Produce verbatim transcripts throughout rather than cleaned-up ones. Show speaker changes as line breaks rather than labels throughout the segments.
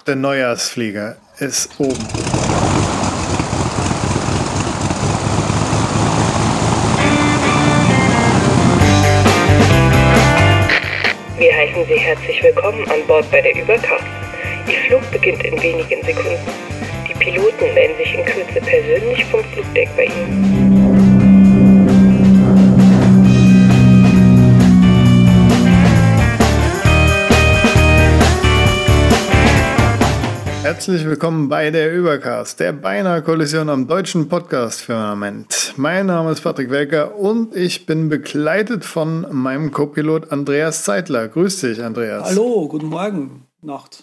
der Neujahrsflieger ist oben.
Wir heißen Sie herzlich willkommen an Bord bei der Übercast. Ihr Flug beginnt in wenigen Sekunden. Die Piloten melden sich in Kürze persönlich vom Flugdeck bei Ihnen.
Herzlich willkommen bei der Übercast, der Beinahe-Kollision am deutschen Podcast-Firmament. Mein Name ist Patrick Welker und ich bin begleitet von meinem Co-Pilot Andreas Zeitler. Grüß dich, Andreas.
Hallo, guten Morgen, Nacht.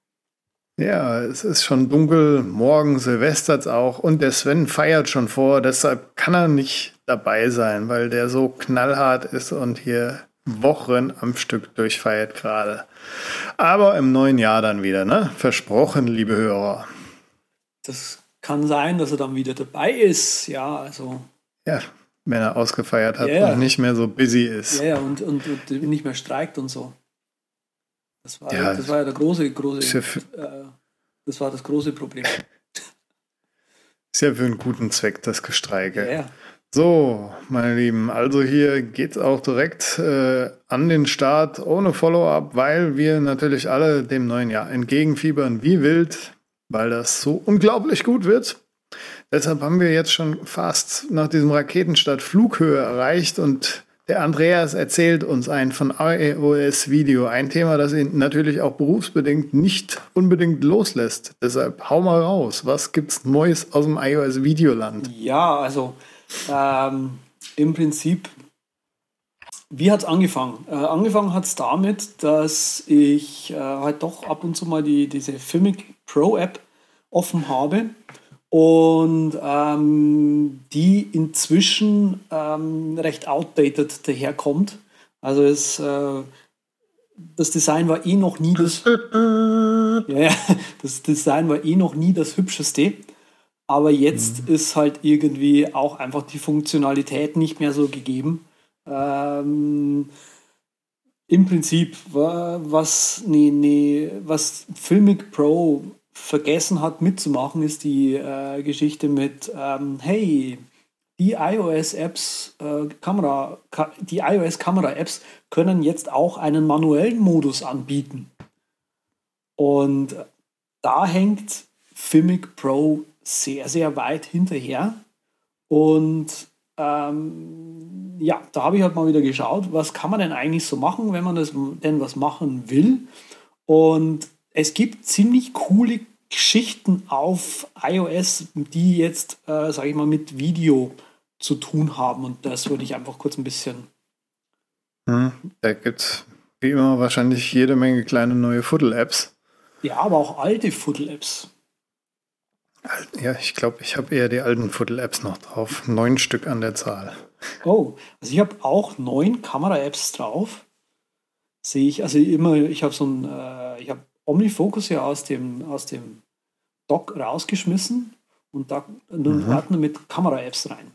Ja, es ist schon dunkel, morgen silvestert's auch und der Sven feiert schon vor, deshalb kann er nicht dabei sein, weil der so knallhart ist und hier Wochen am Stück durchfeiert gerade. Aber im neuen Jahr dann wieder, ne? Versprochen, liebe Hörer.
Das kann sein, dass er dann wieder dabei ist, ja, also.
Ja, wenn er ausgefeiert hat
ja,
und nicht mehr so busy ist.
Ja, ja, und, und, und nicht mehr streikt und so. Das war
ja,
das war ja der große, große,
ist ja
äh, das war das große Problem.
Ist ja für einen guten Zweck, das Gestreike.
Ja, ja.
So, meine Lieben, also hier geht's auch direkt äh, an den Start ohne Follow-up, weil wir natürlich alle dem neuen Jahr entgegenfiebern wie wild, weil das so unglaublich gut wird. Deshalb haben wir jetzt schon fast nach diesem Raketenstart Flughöhe erreicht und der Andreas erzählt uns ein von iOS-Video, ein Thema, das ihn natürlich auch berufsbedingt nicht unbedingt loslässt. Deshalb hau mal raus, was gibt's Neues aus dem iOS-Videoland?
Ja, also Ähm, im Prinzip, wie hat es angefangen? Äh, angefangen hat es damit, dass ich äh, halt doch ab und zu mal die, diese Filmic Pro App offen habe und ähm, die inzwischen ähm, recht outdated daherkommt. Also es, äh, das Design war eh noch nie das, ja, ja, das Design war eh noch nie das hübscheste. Aber jetzt mhm. ist halt irgendwie auch einfach die Funktionalität nicht mehr so gegeben. Ähm, Im Prinzip, was, nee, nee, was Filmic Pro vergessen hat mitzumachen, ist die äh, Geschichte mit, ähm, hey, die iOS-Apps, äh, Kamera, ka- die iOS-Kamera-Apps können jetzt auch einen manuellen Modus anbieten. Und da hängt Filmic Pro sehr, sehr weit hinterher. Und ähm, ja, da habe ich halt mal wieder geschaut, was kann man denn eigentlich so machen, wenn man das denn was machen will. Und es gibt ziemlich coole Geschichten auf iOS, die jetzt, äh, sage ich mal, mit Video zu tun haben. Und das würde ich einfach kurz ein bisschen...
Hm, da gibt es wie immer wahrscheinlich jede Menge kleine neue Fuddle-Apps.
Ja, aber auch alte Fuddle-Apps.
Ja, ich glaube, ich habe eher die alten Fuddle-Apps noch drauf. Neun Stück an der Zahl.
Oh, also ich habe auch neun Kamera-Apps drauf. Sehe ich, also immer, ich habe so ein, äh, ich habe OmniFocus ja aus dem, aus dem Dock rausgeschmissen und da einen
Mhm.
Ordner mit Kamera-Apps rein.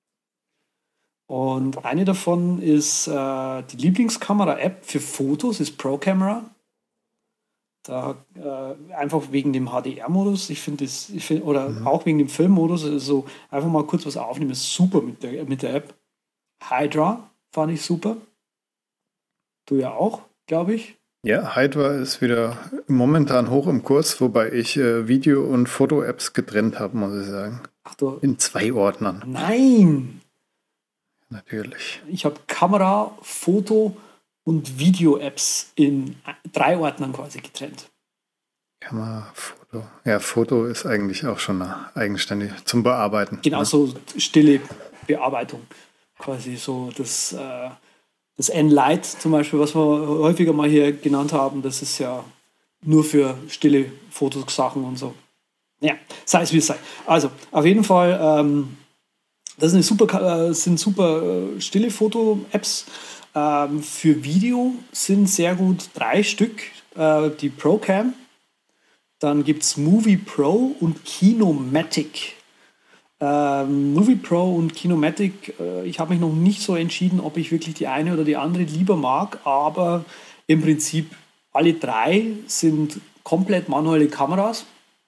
Und eine davon ist äh, die Lieblingskamera-App für Fotos, ist ProCamera. Da äh, einfach wegen dem H D R-Modus, ich finde das, ich find, oder mhm. auch wegen dem Filmmodus, also einfach mal kurz was aufnehmen, ist super mit der, mit der App. Hydra fand ich super. Du ja auch, glaube ich.
Ja, Hydra ist wieder momentan hoch im Kurs, wobei ich äh, Video- und Foto-Apps getrennt habe, muss ich sagen.
Ach du.
In zwei Ordnern.
Nein!
Natürlich.
Ich habe Kamera, Foto und Video-Apps in drei Ordnern quasi getrennt.
Kamera, Foto. Ja, Foto ist eigentlich auch schon eigenständig zum Bearbeiten.
Genau,
ne?
so stille Bearbeitung. Quasi so das, äh, das N-Light zum Beispiel, was wir häufiger mal hier genannt haben, das ist ja nur für stille Fotosachen und so. Ja, sei es wie es sei. Also, auf jeden Fall, ähm, das sind super, äh, sind super äh, stille Foto-Apps. Ähm, für Video sind sehr gut drei Stück, äh, die ProCam. Dann gibt es Movie Pro und Kinomatic. Ähm, Movie Pro und Kinomatic, äh, ich habe mich noch nicht so entschieden, ob ich wirklich die eine oder die andere lieber mag, aber im Prinzip alle drei sind komplett manuelle Kameras,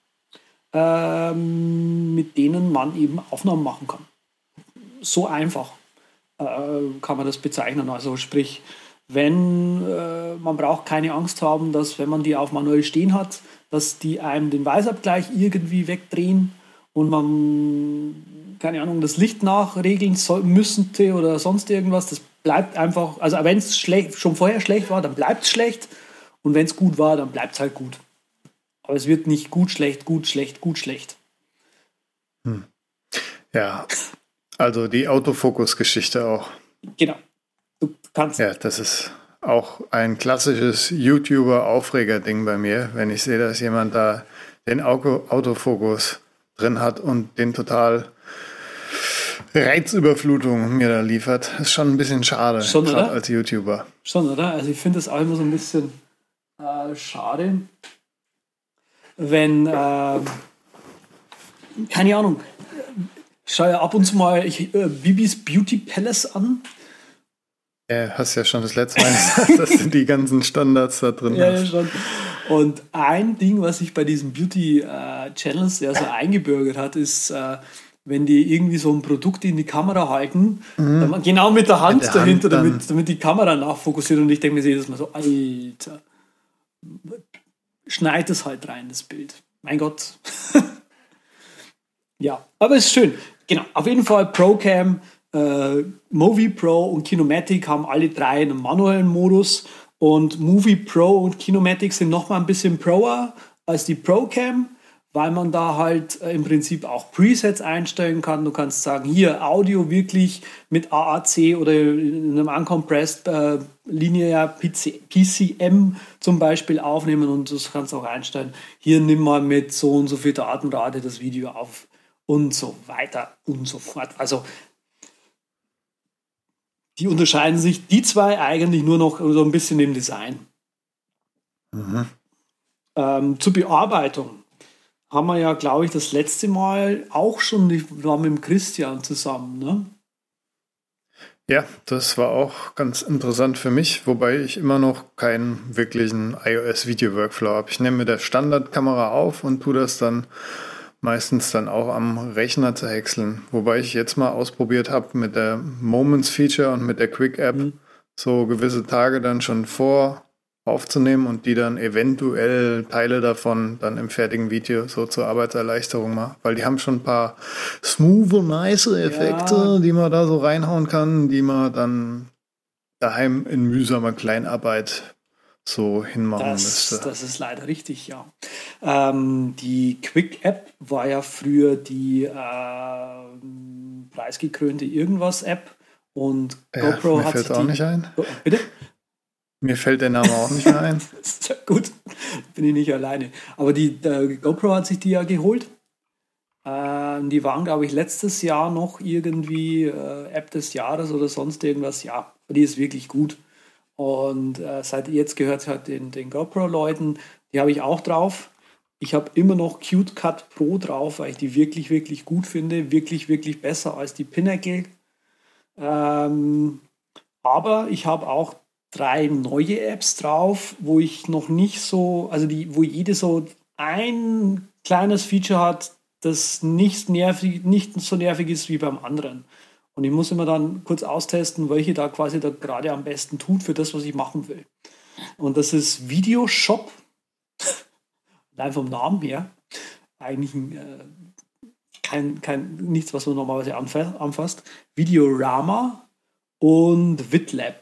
ähm, mit denen man eben Aufnahmen machen kann. So einfach äh, kann man das bezeichnen. Also sprich, wenn äh, man braucht keine Angst haben, dass wenn man die auf manuell stehen hat, dass die einem den Weißabgleich irgendwie wegdrehen und man, keine Ahnung, das Licht nachregeln soll, müsste oder sonst irgendwas. Das bleibt einfach, also wenn es schlecht, schon vorher schlecht war, dann bleibt es schlecht und wenn es gut war, dann bleibt es halt gut. Aber es wird nicht gut, schlecht, gut, schlecht, gut, schlecht.
Hm. Ja, also die Autofokus-Geschichte auch.
Genau. Du kannst.
Ja, das ist auch ein klassisches YouTuber-Aufreger-Ding bei mir, wenn ich sehe, dass jemand da den Auto Autofokus drin hat und den total Reizüberflutung mir da liefert. Ist schon ein bisschen schade,
schon,
gerade
oder?
als YouTuber.
Schon, oder? Also ich finde das auch immer so ein bisschen äh, schade, wenn, äh, keine Ahnung, ich schaue ja ab und zu mal ich, äh, Bibis Beauty Palace an.
Ja, hast ja schon das letzte Mal gesagt, dass du die ganzen Standards da drin
Ja,
hast.
ja, schon. Und ein Ding, was sich bei diesen Beauty-Channels äh, ja so eingebürgert hat, ist, äh, wenn die irgendwie so ein Produkt in die Kamera halten,
Mhm.
dann genau mit der Hand
Mit der
dahinter,
Hand dann.
damit, damit die Kamera nachfokussiert. Und ich denke mir jedes Mal so, Alter, schneid es halt rein, das Bild. Mein Gott. Ja, aber es ist schön. Genau, auf jeden Fall ProCam, äh, Movie Pro und Kinomatic haben alle drei einen manuellen Modus und Movie Pro und Kinomatic sind nochmal ein bisschen proer als die ProCam, weil man da halt äh, im Prinzip auch Presets einstellen kann. Du kannst sagen, hier Audio wirklich mit A A C oder in einem uncompressed äh, linear P C M zum Beispiel aufnehmen und das kannst du auch einstellen. Hier nimm mal mit so und so viel Datenrate das Video auf und so weiter und so fort. Also die unterscheiden sich, die zwei eigentlich nur noch so ein bisschen im Design.
Mhm.
Ähm, zur Bearbeitung haben wir ja, glaube ich, das letzte Mal auch schon, wir waren mit dem Christian zusammen, ne?
Ja, das war auch ganz interessant für mich, wobei ich immer noch keinen wirklichen iOS-Video-Workflow habe. Ich nehme mit der Standardkamera auf und tue das dann meistens dann auch am Rechner zu häckseln. Wobei ich jetzt mal ausprobiert habe mit der Moments-Feature und mit der Quick-App,
Mhm.
so gewisse Tage dann schon vor aufzunehmen und die dann eventuell Teile davon dann im fertigen Video so zur Arbeitserleichterung machen. Weil die haben schon ein paar smooth und nice Effekte,
Ja.
die man da so reinhauen kann, die man dann daheim in mühsamer Kleinarbeit so hinmachen
Das,
müsste.
das ist leider richtig, ja. Ähm, die Quick-App war ja früher die äh, preisgekrönte Irgendwas-App und
Ja,
GoPro
mir
hat
fällt
sich
auch
die...
nicht ein.
Go- Bitte?
Mir fällt der Name auch nicht mehr ein.
Ist ja gut, bin ich nicht alleine. Aber die der GoPro hat sich die ja geholt. Ähm, die waren, glaube ich, letztes Jahr noch irgendwie äh, App des Jahres oder sonst irgendwas. Ja, die ist wirklich gut. Und äh, seit jetzt gehört es halt den, den GoPro-Leuten. Die habe ich auch drauf. Ich habe immer noch Cute Cut Pro drauf, weil ich die wirklich, wirklich gut finde. Wirklich, wirklich besser als die Pinnacle. Ähm, aber ich habe auch drei neue Apps drauf, wo ich noch nicht so, also die, wo jede so ein kleines Feature hat, das nicht nervig, nicht so nervig ist wie beim anderen. Und ich muss immer dann kurz austesten, welche da quasi da gerade am besten tut für das, was ich machen will. Und das ist Videoshop. Allein vom Namen her. Eigentlich ein, äh, kein, kein, nichts, was man normalerweise anfa- anfasst. Videorama und Vitlab.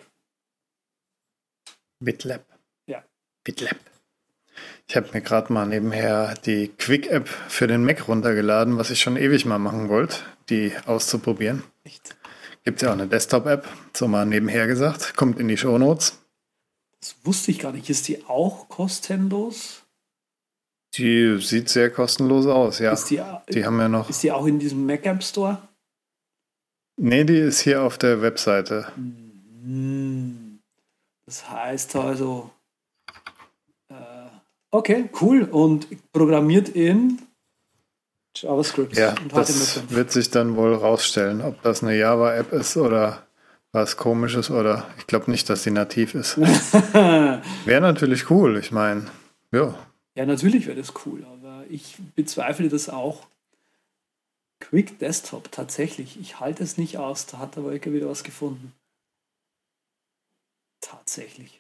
Bitlab.
Ja.
Bitlab. Ich habe mir gerade mal nebenher die Quick-App für den Mac runtergeladen, was ich schon ewig mal machen wollte, die auszuprobieren.
Echt?
Gibt es ja auch eine Desktop-App, so mal nebenher gesagt. Kommt in die Shownotes.
Das wusste ich gar nicht. Ist die auch kostenlos?
Die sieht sehr kostenlos aus, ja.
Ist die,
Die haben ja noch.
ist die auch in diesem Mac App Store?
Nee, die ist hier auf der Webseite.
Hm. Das heißt also, äh, okay, cool. Und programmiert in JavaScript
Ja,
und H T M L
das
fünf.
wird sich dann wohl rausstellen, ob das eine Java-App ist oder was Komisches oder ich glaube nicht, dass die nativ ist. Wäre natürlich cool, ich meine, ja,
Ja, natürlich wäre das cool, aber ich bezweifle das auch. Quick Desktop, tatsächlich. Ich halte es nicht aus. Da hat der Wolke wieder was gefunden. Tatsächlich.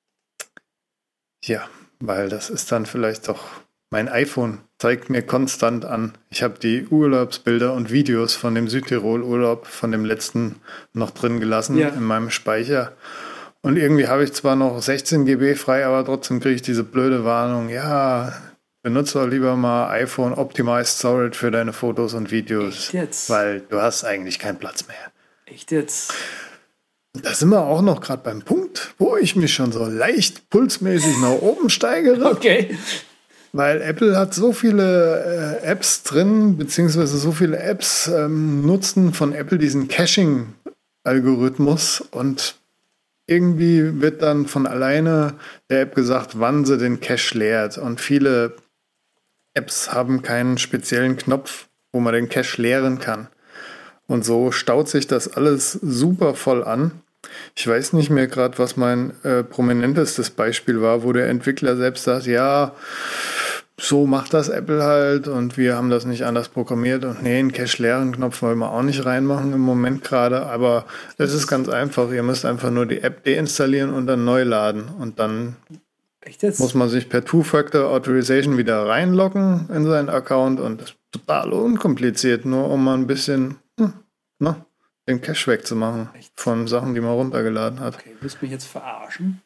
Ja, weil das ist dann vielleicht doch, mein iPhone zeigt mir konstant an. Ich habe die Urlaubsbilder und Videos von dem Südtirol-Urlaub, von dem letzten, noch drin gelassen
Ja.
in meinem Speicher. Und irgendwie habe ich zwar noch sechzehn Gigabyte frei, aber trotzdem kriege ich diese blöde Warnung. Ja, benutze doch lieber mal iPhone Optimized Storage für deine Fotos und Videos.
Echt jetzt?
Weil du hast eigentlich keinen Platz mehr.
Echt jetzt?
Da sind wir auch noch gerade beim Punkt, wo ich mich schon so leicht pulsmäßig nach oben steigere.
Okay.
Weil Apple hat so viele äh, Apps drin, beziehungsweise so viele Apps ähm, nutzen von Apple diesen Caching-Algorithmus und irgendwie wird dann von alleine der App gesagt, wann sie den Cache leert. Und viele Apps haben keinen speziellen Knopf, wo man den Cache leeren kann. Und so staut sich das alles super voll an. Ich weiß nicht mehr gerade, was mein äh, prominentestes Beispiel war, wo der Entwickler selbst sagt, ja, so macht das Apple halt und wir haben das nicht anders programmiert und nee, einen Cache-leeren-Knopf wollen wir auch nicht reinmachen im Moment gerade, aber es ist ganz einfach, ihr müsst einfach nur die App deinstallieren und dann neu laden und dann
Echt jetzt?
muss man sich per Two-Factor-Authorization wieder reinloggen in seinen Account und das ist total unkompliziert, nur um mal ein bisschen hm, na, den Cache wegzumachen
Echt?
von Sachen, die man runtergeladen hat.
Okay, du willst mich jetzt verarschen?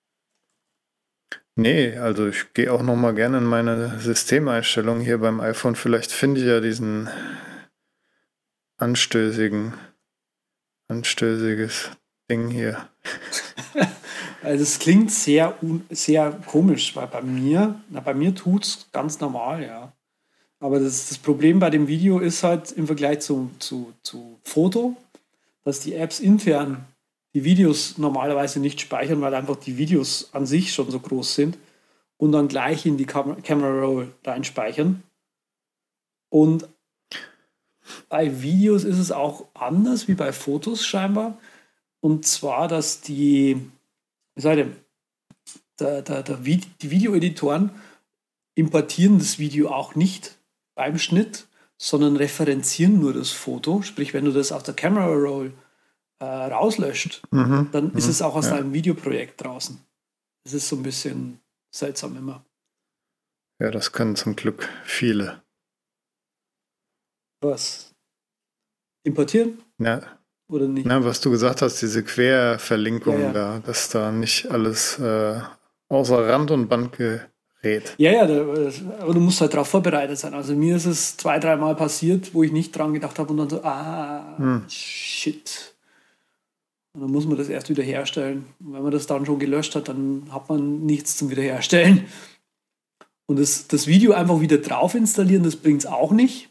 Nee, also ich gehe auch noch mal gerne in meine Systemeinstellungen hier beim iPhone. Vielleicht finde ich ja diesen anstößigen, anstößiges Ding hier.
Also es klingt sehr, un sehr komisch, weil bei mir, na bei mir tut es ganz normal, ja. Aber das, das Problem bei dem Video ist halt im Vergleich zu, zu, zu Foto, dass die Apps intern die Videos normalerweise nicht speichern, weil einfach die Videos an sich schon so groß sind und dann gleich in die Cam Camera Roll reinspeichern. Und bei Videos ist es auch anders wie bei Fotos scheinbar. Und zwar, dass die, wie soll ich denn, der, der, der, Vi- die Videoeditoren importieren das Video auch nicht beim Schnitt, sondern referenzieren nur das Foto. Sprich, wenn du das aus der Camera Roll äh, rauslöscht,
Mhm,
dann ist
mhm,
es auch aus
ja.
deinem Videoprojekt draußen. Das ist so ein bisschen seltsam immer.
Ja, das können zum Glück viele.
Was? Importieren
Ja,
oder nicht?
na, was du gesagt hast, diese Querverlinkung
Ja, ja.
da, dass da nicht alles äh, außer Rand und Band gerät.
Ja, ja, da, aber du musst halt darauf vorbereitet sein. Also mir ist es zwei, dreimal passiert, wo ich nicht dran gedacht habe und dann so, ah,
Hm.
shit. Und dann muss man das erst wieder herstellen. Und wenn man das dann schon gelöscht hat, dann hat man nichts zum Wiederherstellen. Und das, das Video einfach wieder drauf installieren, das bringt es auch nicht.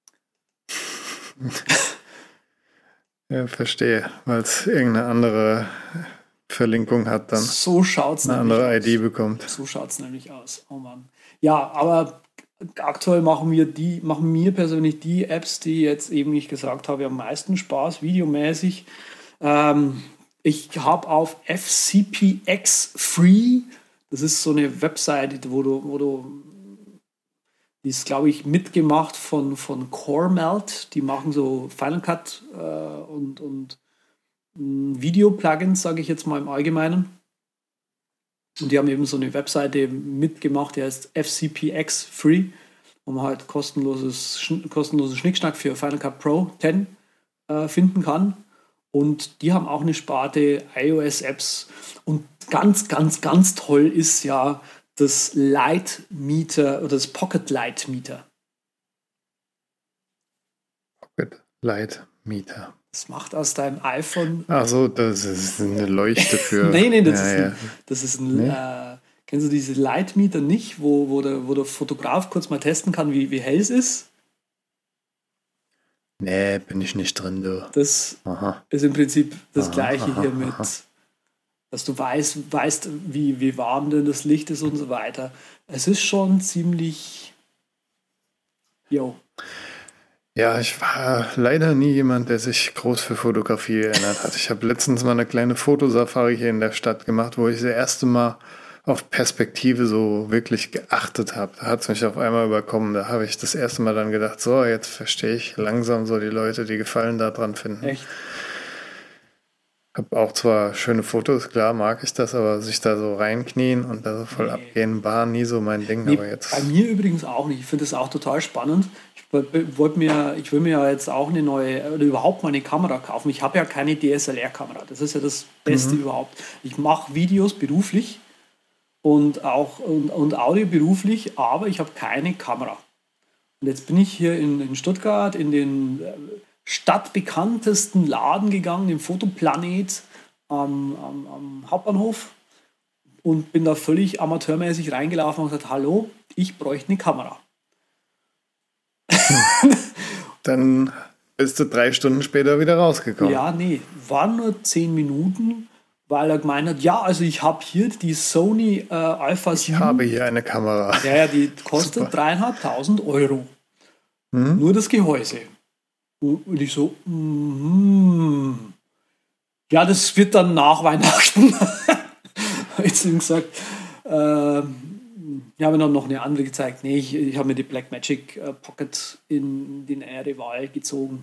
Ja, verstehe, weil es irgendeine andere Verlinkung hat, dann
So schaut es
eine
nämlich
andere
aus.
I D bekommt.
So schaut es nämlich aus. Oh Mann. Ja, aber aktuell machen wir die, machen mir persönlich die Apps, die jetzt eben, wie ich gesagt habe, am meisten Spaß, videomäßig. Ähm, ich habe auf F C P X Free, das ist so eine Webseite, wo du, wo du die ist, glaube ich, mitgemacht von, von CoreMelt. Die machen so Final Cut äh, und, und mh, Video-Plugins, sage ich jetzt mal im Allgemeinen. Und die haben eben so eine Webseite mitgemacht, die heißt F C P X Free, wo man halt kostenloses, schn kostenlosen Schnickschnack für Final Cut Pro zehn äh, finden kann. Und die haben auch eine Sparte iOS-Apps. Und ganz, ganz, ganz toll ist ja das Light Meter oder das Pocket Light Meter.
Pocket Light Meter.
Das macht aus deinem iPhone.
Ach so, das ist eine Leuchte für.
Nein, nein, das
ja,
ist
ja.
ein, das ist ein
Nee.
äh, kennst du diese Light Meter nicht, wo, wo, der, wo der Fotograf kurz mal testen kann, wie, wie hell es ist?
Nee, bin ich nicht drin, du.
Das
Aha.
ist im Prinzip das
Aha,
Gleiche
aha,
hier mit,
aha.
dass du weißt, weißt wie, wie warm denn das Licht ist und so weiter. Es ist schon ziemlich. Jo.
Ja, ich war leider nie jemand, der sich groß für Fotografie erinnert hat. Ich habe letztens mal eine kleine Fotosafari hier in der Stadt gemacht, wo ich das erste Mal auf Perspektive so wirklich geachtet habe. Da hat es mich auf einmal überkommen. Da habe ich das erste Mal dann gedacht, so, jetzt verstehe ich langsam so die Leute, die Gefallen daran finden.
Echt?
Hab auch zwar schöne Fotos, klar mag ich das, aber sich da so reinknien und da so voll
Nee.
abgehen, war nie so mein Ding.
Nee,
aber jetzt.
bei mir übrigens auch nicht. Ich finde das auch total spannend. Ich, wollte mir, ich will mir ja jetzt auch eine neue, oder überhaupt mal eine Kamera kaufen. Ich habe ja keine D S L R-Kamera. Das ist ja das Beste
Mhm.
überhaupt. Ich mache Videos beruflich und auch und, und Audio beruflich, aber ich habe keine Kamera. Und jetzt bin ich hier in, in Stuttgart in den äh, stadtbekanntesten Laden gegangen, den Fotoplanet am, am, am Hauptbahnhof, und bin da völlig amateurmäßig reingelaufen und gesagt, hallo, ich bräuchte eine Kamera.
Dann bist du drei Stunden später wieder rausgekommen.
Ja, nee, waren nur zehn Minuten, weil er gemeint hat, ja, also ich habe hier die Sony äh, Alpha
Ich
sieben.
habe hier eine Kamera.
Ja, ja, die kostet
Super.
dreieinhalbtausend Euro.
Mhm.
Nur das Gehäuse. Und ich so, mm, ja, das wird dann nach Weihnachten. Jetzt ihm gesagt, ähm, ich habe dann noch eine andere gezeigt. Nee, ich, ich habe mir die Blackmagic äh, Pocket in den nähere Wahl gezogen.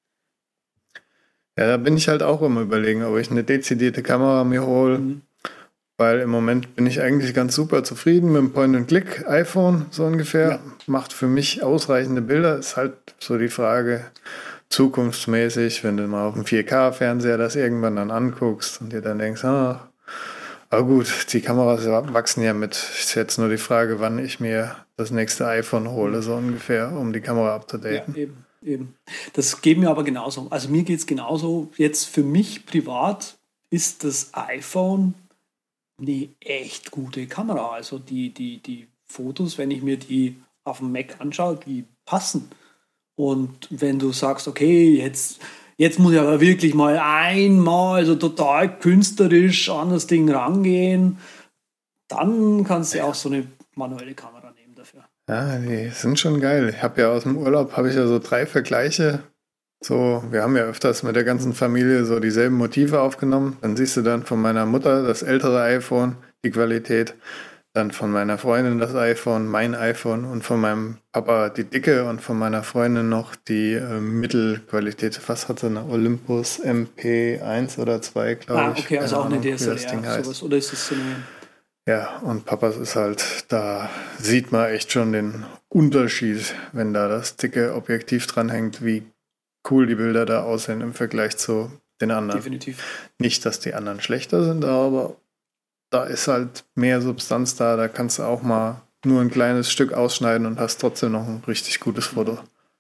Ja, da bin ich halt auch immer überlegen, ob ich eine dezidierte Kamera mir hole.
Mhm.
Weil im Moment bin ich eigentlich ganz super zufrieden mit dem Point-and-Click-iPhone, so ungefähr.
Ja.
Macht für mich ausreichende Bilder. Ist halt so die Frage, zukunftsmäßig, wenn du mal auf dem vier K-Fernseher das irgendwann dann anguckst und dir dann denkst, ah, aber gut, die Kameras wachsen ja mit. Ist jetzt nur die Frage, wann ich mir das nächste iPhone hole, so ungefähr, um die Kamera
Ja,
abzudaten.
eben, eben. Das geht mir aber genauso. Also mir geht es genauso. Jetzt für mich privat ist das iPhone eine echt gute Kamera. Also die, die, die Fotos, wenn ich mir die auf dem Mac anschaue, die passen. Und wenn du sagst, okay, jetzt, jetzt muss ich aber wirklich mal einmal so total künstlerisch an das Ding rangehen, dann kannst du auch so eine manuelle Kamera nehmen dafür.
Ja, die sind schon geil. Ich habe ja aus dem Urlaub, habe ich ja so drei Vergleiche. So, wir haben ja öfters mit der ganzen Familie so dieselben Motive aufgenommen. Dann siehst du dann von meiner Mutter das ältere iPhone, die Qualität. Dann von meiner Freundin das iPhone, mein iPhone, und von meinem Papa die dicke und von meiner Freundin noch die äh, Mittelqualität. Was hat sie? Eine Olympus M P eins oder zwei, glaube
Ah,
ich.
okay, also
Keine
auch eine
Ahnung, wie
D S L
das Ding
R,
heißt.
sowas. Oder ist es so eine...
Ja, und Papas ist halt, da sieht man echt schon den Unterschied, wenn da das dicke Objektiv dranhängt, wie cool die Bilder da aussehen im Vergleich zu den anderen.
Definitiv.
Nicht, dass die anderen schlechter sind, aber da ist halt mehr Substanz da, da kannst du auch mal nur ein kleines Stück ausschneiden und hast trotzdem noch ein richtig gutes Foto.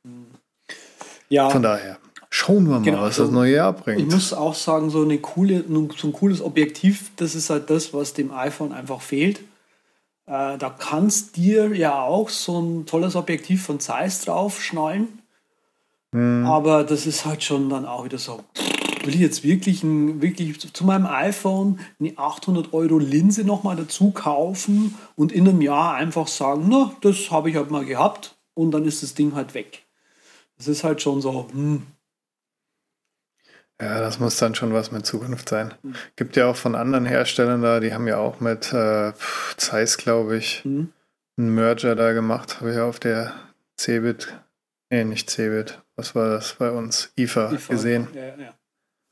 Ja,
Von daher, schauen wir mal,
Genau,
was
also
das neue Jahr
ich
bringt.
muss auch sagen, so, eine coole, so ein cooles Objektiv, das ist halt das, was dem iPhone einfach fehlt. Äh, da kannst dir ja auch so ein tolles Objektiv von Zeiss draufschnallen,
Hm.
aber das ist halt schon dann auch wieder so, will ich jetzt wirklich, ein, wirklich zu meinem iPhone eine achthundert Euro Linse nochmal dazu kaufen und in einem Jahr einfach sagen, na, das habe ich halt mal gehabt und dann ist das Ding halt weg. Das ist halt schon so, hm,
Ja, das muss dann schon was mit Zukunft sein. Gibt ja auch von anderen Herstellern da, die haben ja auch mit äh, pf, Zeiss, glaube ich,
hm.
einen Merger da gemacht. Habe ich auf der Cebit, nee, nicht Cebit, was war das bei uns? I F A,
I F A,
gesehen.
Ja, ja, ja.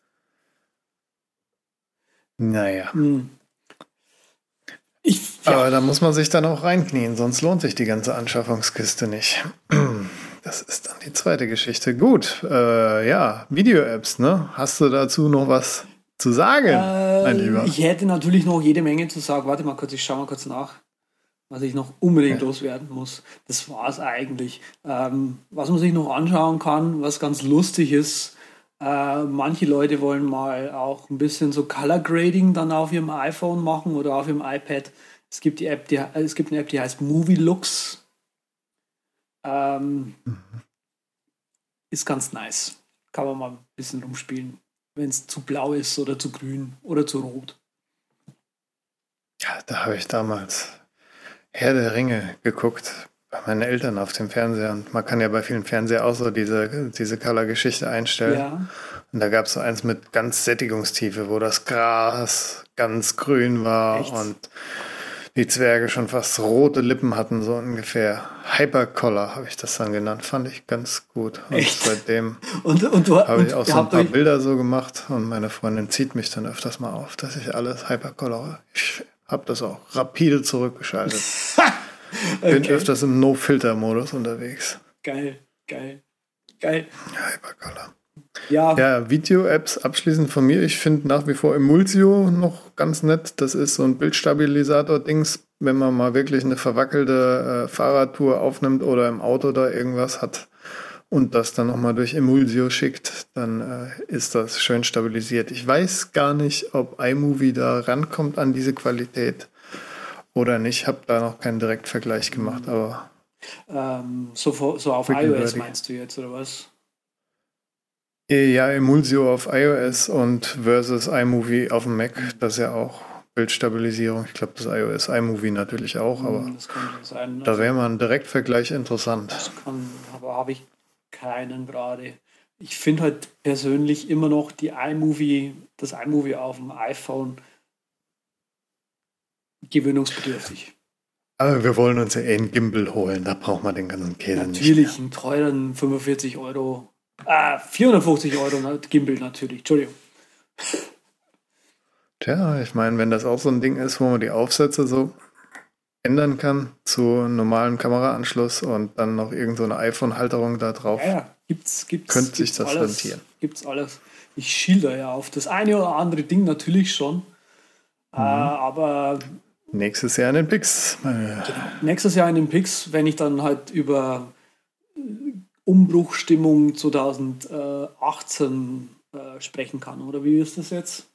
Naja,
Hm. Ich, ja,
aber da muss man sich dann auch reinknien, sonst lohnt sich die ganze Anschaffungskiste nicht. Das ist dann die zweite Geschichte. Gut, äh, ja, Video-Apps, ne? Hast du dazu noch was zu sagen, mein Lieber?
äh, ich hätte natürlich noch jede Menge zu sagen. Warte mal kurz, ich schaue mal kurz nach, was ich noch unbedingt
Ja.
loswerden muss. Das war es eigentlich. Ähm, was man sich noch anschauen kann, was ganz lustig ist, äh, manche Leute wollen mal auch ein bisschen so Color Grading dann auf ihrem iPhone machen oder auf ihrem iPad. Es gibt die App, die, äh, es gibt eine App, die heißt Movie Looks. Ähm, ist ganz nice. Kann man mal ein bisschen rumspielen, wenn es zu blau ist oder zu grün oder zu rot.
Ja, da habe ich damals Herr der Ringe geguckt bei meinen Eltern auf dem Fernseher. Und man kann ja bei vielen Fernseher auch so diese, diese Color-Geschichte einstellen.
Ja,
Und da gab es so eins mit ganz Sättigungstiefe, wo das Gras ganz grün war.
Echt?
Und die Zwerge schon fast rote Lippen hatten, so ungefähr. Hypercolor habe ich das dann genannt, fand ich ganz gut. Und
Echt?
seitdem
Und, und du,
habe ich
und
auch
ihr
so ein
habt
paar
euch,
Bilder so gemacht und meine Freundin zieht mich dann öfters mal auf, dass ich alles Hypercolor. Ich habe das auch rapide zurückgeschaltet. Bin
okay.
öfters im No-Filter-Modus unterwegs.
Geil, geil, geil.
Hypercolor.
Ja,
Ja, Video-Apps abschließend von mir. Ich finde nach wie vor Emulsio noch ganz nett. Das ist so ein Bildstabilisator-Dings, wenn man mal wirklich eine verwackelte äh, Fahrradtour aufnimmt oder im Auto da irgendwas hat und das dann nochmal durch Emulsio schickt, dann äh, ist das schön stabilisiert. Ich weiß gar nicht, ob iMovie da rankommt an diese Qualität oder nicht. Ich habe da noch keinen Direktvergleich gemacht, aber
ähm, so, vo- so auf
Quick and
iOS
dirty.
meinst du jetzt, oder was?
ja, Emulsio auf iOS und versus iMovie auf dem Mac, das ist ja auch Bildstabilisierung. Ich glaube, das iOS iMovie natürlich auch, aber
Hm, das könnte sein.
da wäre mal ein Direktvergleich interessant.
Das kann, aber habe ich keinen gerade. Ich finde halt persönlich immer noch die iMovie, das iMovie auf dem iPhone gewöhnungsbedürftig.
Aber wir wollen uns ja eh einen Gimbal holen, da braucht man den ganzen Käse nicht.
Natürlich einen teuren fünfundvierzig Euro, ah, vierhundertfünfzig Euro na- Gimbal natürlich, Entschuldigung.
Tja, ich meine, wenn das auch so ein Ding ist, wo man die Aufsätze so ändern kann zu einem normalen Kameraanschluss und dann noch irgend so eine iPhone-Halterung da drauf.
Ja, ja, gibt's, gibt's,
Könnte sich
gibt's
das
alles,
rentieren.
Gibt's alles. Ich schilder ja auf das eine oder andere Ding natürlich schon, äh, aber
Nächstes Jahr in den Pix. Äh,
nächstes Jahr in den Pix, wenn ich dann halt über äh, Umbruchstimmung zwanzig achtzehn äh, sprechen kann, oder wie ist das jetzt?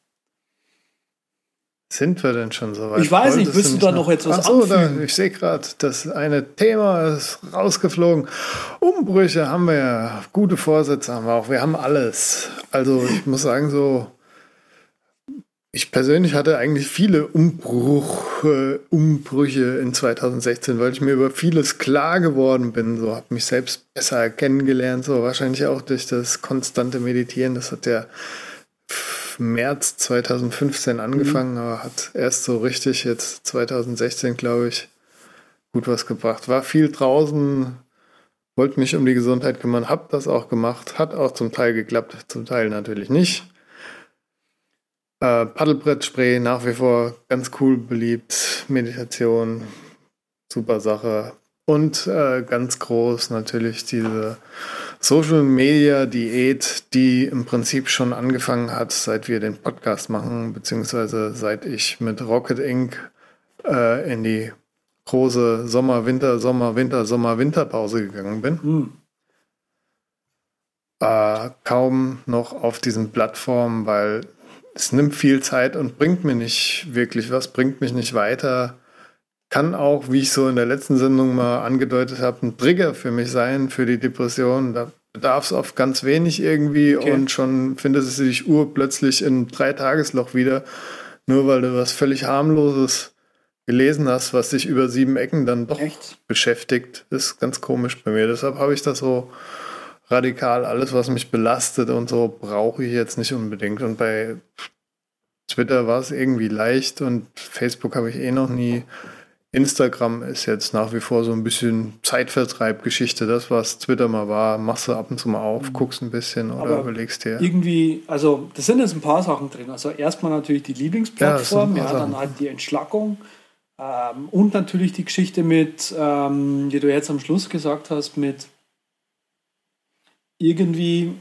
Sind wir denn schon so weit?
Ich weiß nicht,
Wolltest
willst du
nicht
da noch etwas
Ach so, da,
anfügen?
ich sehe gerade, das eine Thema ist rausgeflogen. Umbrüche haben wir ja, gute Vorsätze haben wir auch, wir haben alles. Also ich muss sagen, so, ich persönlich hatte eigentlich viele Umbruch, äh, Umbrüche in zwanzig sechzehn, weil ich mir über vieles klar geworden bin, so habe mich selbst besser kennengelernt, so wahrscheinlich auch durch das konstante Meditieren, das hat ja März zwanzig fünfzehn angefangen, aber hat erst so richtig jetzt zwanzig sechzehn, glaube ich, gut was gebracht. War viel draußen, wollte mich um die Gesundheit kümmern, habe das auch gemacht, hat auch zum Teil geklappt, zum Teil natürlich nicht. Äh, Paddelbrettspray nach wie vor ganz cool beliebt, Meditation, super Sache. Und äh, ganz groß natürlich diese Social Media Diät, die im Prinzip schon angefangen hat, seit wir den Podcast machen, beziehungsweise seit ich mit Rocket Incorporated äh, in die große Sommer, Winter, Sommer, Winter, Sommer, Winterpause gegangen bin.
Hm.
Äh, kaum noch auf diesen Plattformen, weil es nimmt viel Zeit und bringt mir nicht wirklich was, bringt mich nicht weiter. Kann auch, wie ich so in der letzten Sendung mal angedeutet habe, ein Trigger für mich sein, für die Depression. Da bedarf es oft ganz wenig irgendwie
Okay.
und schon findet es sich urplötzlich in drei Tagesloch wieder, nur weil du was völlig harmloses gelesen hast, was dich über sieben Ecken dann doch
Echt?
beschäftigt. Ist ganz komisch bei mir. Deshalb habe ich das so radikal, alles, was mich belastet und so, brauche ich jetzt nicht unbedingt. Und bei Twitter war es irgendwie leicht und Facebook habe ich eh noch nie. Instagram ist jetzt nach wie vor so ein bisschen Zeitvertreibgeschichte. Das, was Twitter mal war, machst du ab und zu mal auf, guckst ein bisschen oder
Aber
überlegst dir.
Irgendwie, also das sind jetzt ein paar Sachen drin. Also erstmal natürlich die Lieblingsplattform,
Ja,
ja,
das sind ein paar
dann
Sachen.
halt die Entschlackung ähm, und natürlich die Geschichte mit, ähm, die du jetzt am Schluss gesagt hast, mit irgendwie,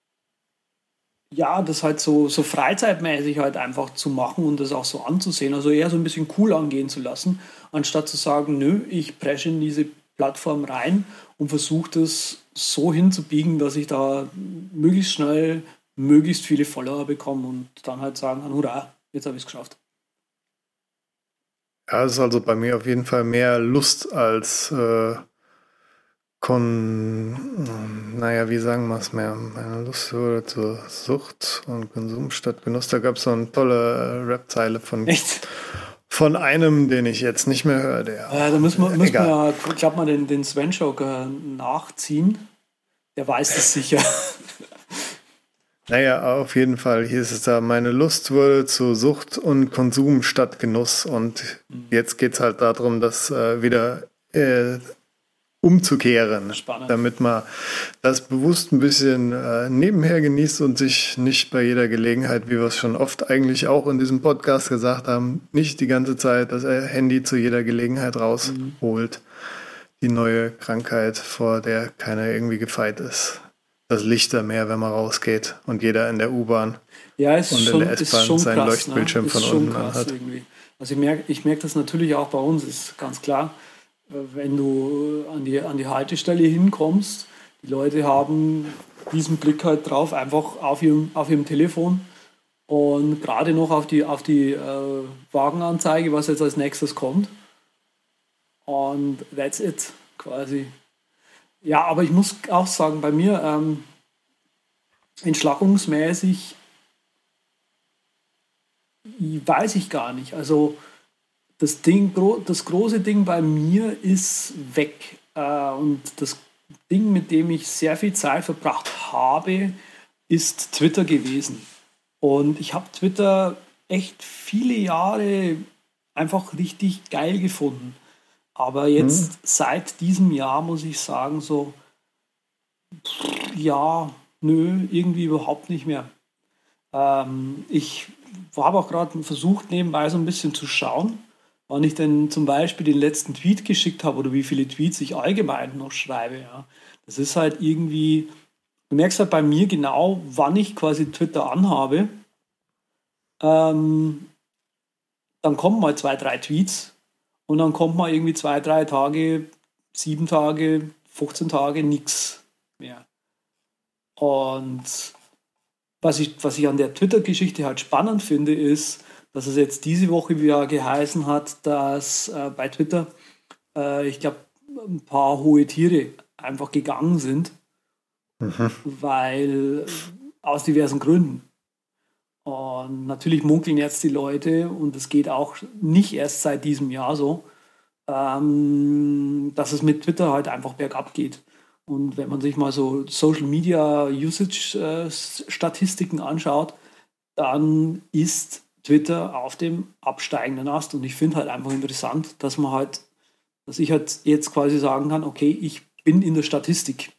ja, das halt so, so freizeitmäßig halt einfach zu machen und das auch so anzusehen, also eher so ein bisschen cool angehen zu lassen, anstatt zu sagen, nö, ich presche in diese Plattform rein und versuche das so hinzubiegen, dass ich da möglichst schnell möglichst viele Follower bekomme und dann halt sagen kann, hurra, jetzt habe ich es geschafft.
Ja, es ist also bei mir auf jeden Fall mehr Lust als äh, Kon, naja, wie sagen wir es mehr? Meine Lust wurde zur Sucht und Konsum statt Genuss. Da gab es so eine tolle äh, Rap-Zeile von,
Echt?
von einem, den ich jetzt nicht mehr höre. Der,
Äh, da müssen wir, müssen wir
egal.
ja, ich glaube mal, den, den Sven Joker nachziehen. Der weiß es sicher.
Naja, auf jeden Fall hieß es da, meine Lust wurde zu Sucht und Konsum statt Genuss. Und mhm. jetzt geht es halt darum, das äh, wieder äh, umzukehren,
Spannend.
Damit man das bewusst ein bisschen äh, nebenher genießt und sich nicht bei jeder Gelegenheit, wie wir es schon oft eigentlich auch in diesem Podcast gesagt haben, nicht die ganze Zeit das Handy zu jeder Gelegenheit rausholt. Mhm. Die neue Krankheit, vor der keiner irgendwie gefeit ist. Das Lichtermeer, wenn man rausgeht und jeder in der U-Bahn
ja, ist
und
schon,
in der S-Bahn seinen
krass,
Leuchtbildschirm
ne?
von
schon
unten
krass
hat.
Irgendwie. Also ich merke ich merk das natürlich auch bei uns, ist ganz klar. Wenn du an die, an die Haltestelle hinkommst, die Leute haben diesen Blick halt drauf, einfach auf ihrem, auf ihrem Telefon und gerade noch auf die, auf die äh, Wagenanzeige, was jetzt als nächstes kommt. Und that's it, quasi. Ja, aber ich muss auch sagen, bei mir ähm, entschlackungsmäßig weiß ich gar nicht. Also Das, Ding, das große Ding bei mir ist weg. Und das Ding, mit dem ich sehr viel Zeit verbracht habe, ist Twitter gewesen. Und ich habe Twitter echt viele Jahre einfach richtig geil gefunden. Aber jetzt hm. seit diesem Jahr muss ich sagen, so, ja, nö, irgendwie überhaupt nicht mehr. Ähm, ich habe auch gerade versucht, nebenbei so ein bisschen zu schauen, wann ich denn zum Beispiel den letzten Tweet geschickt habe oder wie viele Tweets ich allgemein noch schreibe. Ja. Das ist halt irgendwie, du merkst halt bei mir genau, wann ich quasi Twitter anhabe. Ähm, dann kommen mal zwei, drei Tweets und dann kommt mal irgendwie zwei, drei Tage, sieben Tage, fünfzehn Tage nichts mehr. Und was ich, was ich an der Twitter-Geschichte halt spannend finde, ist, dass es jetzt diese Woche wieder geheißen hat, dass äh, bei Twitter, äh, ich glaube, ein paar hohe Tiere einfach gegangen sind, mhm. weil aus diversen Gründen. Und natürlich munkeln jetzt die Leute, und es geht auch nicht erst seit diesem Jahr so, ähm, dass es mit Twitter halt einfach bergab geht. Und wenn man sich mal so Social Media Usage äh, Statistiken anschaut, dann ist Twitter auf dem absteigenden Ast. Und ich finde halt einfach interessant, dass man halt, dass ich halt jetzt quasi sagen kann, okay, ich bin in der Statistik.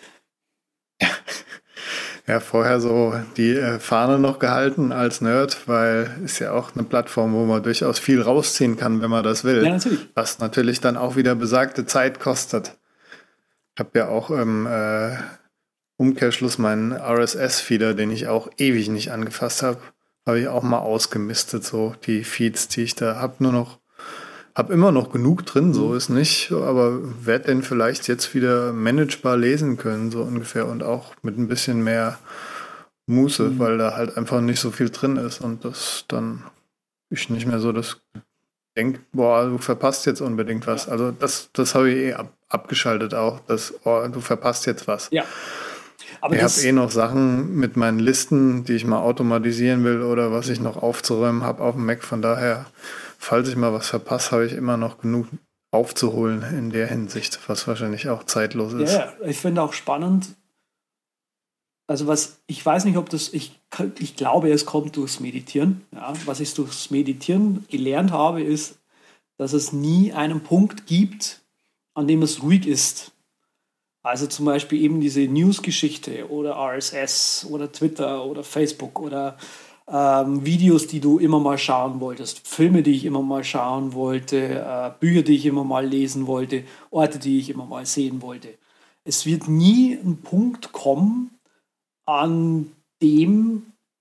Ja, vorher so die äh, Fahne noch gehalten als Nerd, weil ist ja auch eine Plattform, wo man durchaus viel rausziehen kann, wenn man das will.
Ja, natürlich.
Was natürlich dann auch wieder besagte Zeit kostet. Ich habe ja auch im äh, Umkehrschluss meinen R S S-Feeder, den ich auch ewig nicht angefasst habe, habe ich auch mal ausgemistet, so die Feeds, die ich da habe, nur noch, habe immer noch genug drin, so ist nicht, aber werde den vielleicht jetzt wieder managebar lesen können, so ungefähr, und auch mit ein bisschen mehr Muße, mhm. weil da halt einfach nicht so viel drin ist und das dann ich nicht mehr so das denke, boah, du verpasst jetzt unbedingt was. Also das, das habe ich eh ab, abgeschaltet auch, dass, oh, du verpasst jetzt was.
Ja. Aber
ich habe eh noch Sachen mit meinen Listen, die ich mal automatisieren will oder was ich noch aufzuräumen habe auf dem Mac. Von daher, falls ich mal was verpasse, habe ich immer noch genug aufzuholen in der Hinsicht, was wahrscheinlich auch zeitlos ist.
Ja, ich finde auch spannend, also was, ich weiß nicht, ob das, ich, ich glaube, es kommt durchs Meditieren. Ja, was ich durchs Meditieren gelernt habe, ist, dass es nie einen Punkt gibt, an dem es ruhig ist. Also zum Beispiel eben diese News-Geschichte oder R S S oder Twitter oder Facebook oder ähm, Videos, die du immer mal schauen wolltest, Filme, die ich immer mal schauen wollte, äh, Bücher, die ich immer mal lesen wollte, Orte, die ich immer mal sehen wollte. Es wird nie ein Punkt kommen, an dem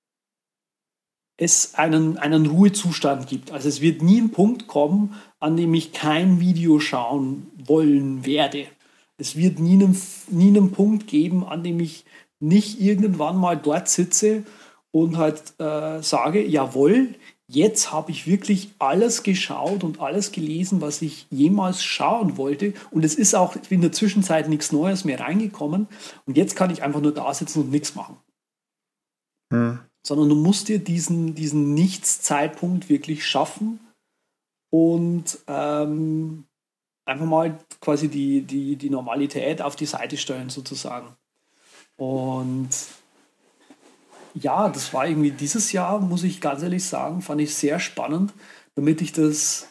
es einen, einen Ruhezustand gibt. Also es wird nie ein Punkt kommen, an dem ich kein Video schauen wollen werde. Es wird nie einen, nie einen Punkt geben, an dem ich nicht irgendwann mal dort sitze und halt äh, sage, jawohl, jetzt habe ich wirklich alles geschaut und alles gelesen, was ich jemals schauen wollte. Und es ist auch in der Zwischenzeit nichts Neues mehr reingekommen. Und jetzt kann ich einfach nur da sitzen und nichts machen. Hm. Sondern du musst dir diesen, diesen Nichts-Zeitpunkt wirklich schaffen und ähm, einfach mal quasi die, die, die Normalität auf die Seite stellen sozusagen. Und ja, das war irgendwie dieses Jahr, muss ich ganz ehrlich sagen, fand ich sehr spannend, damit ich das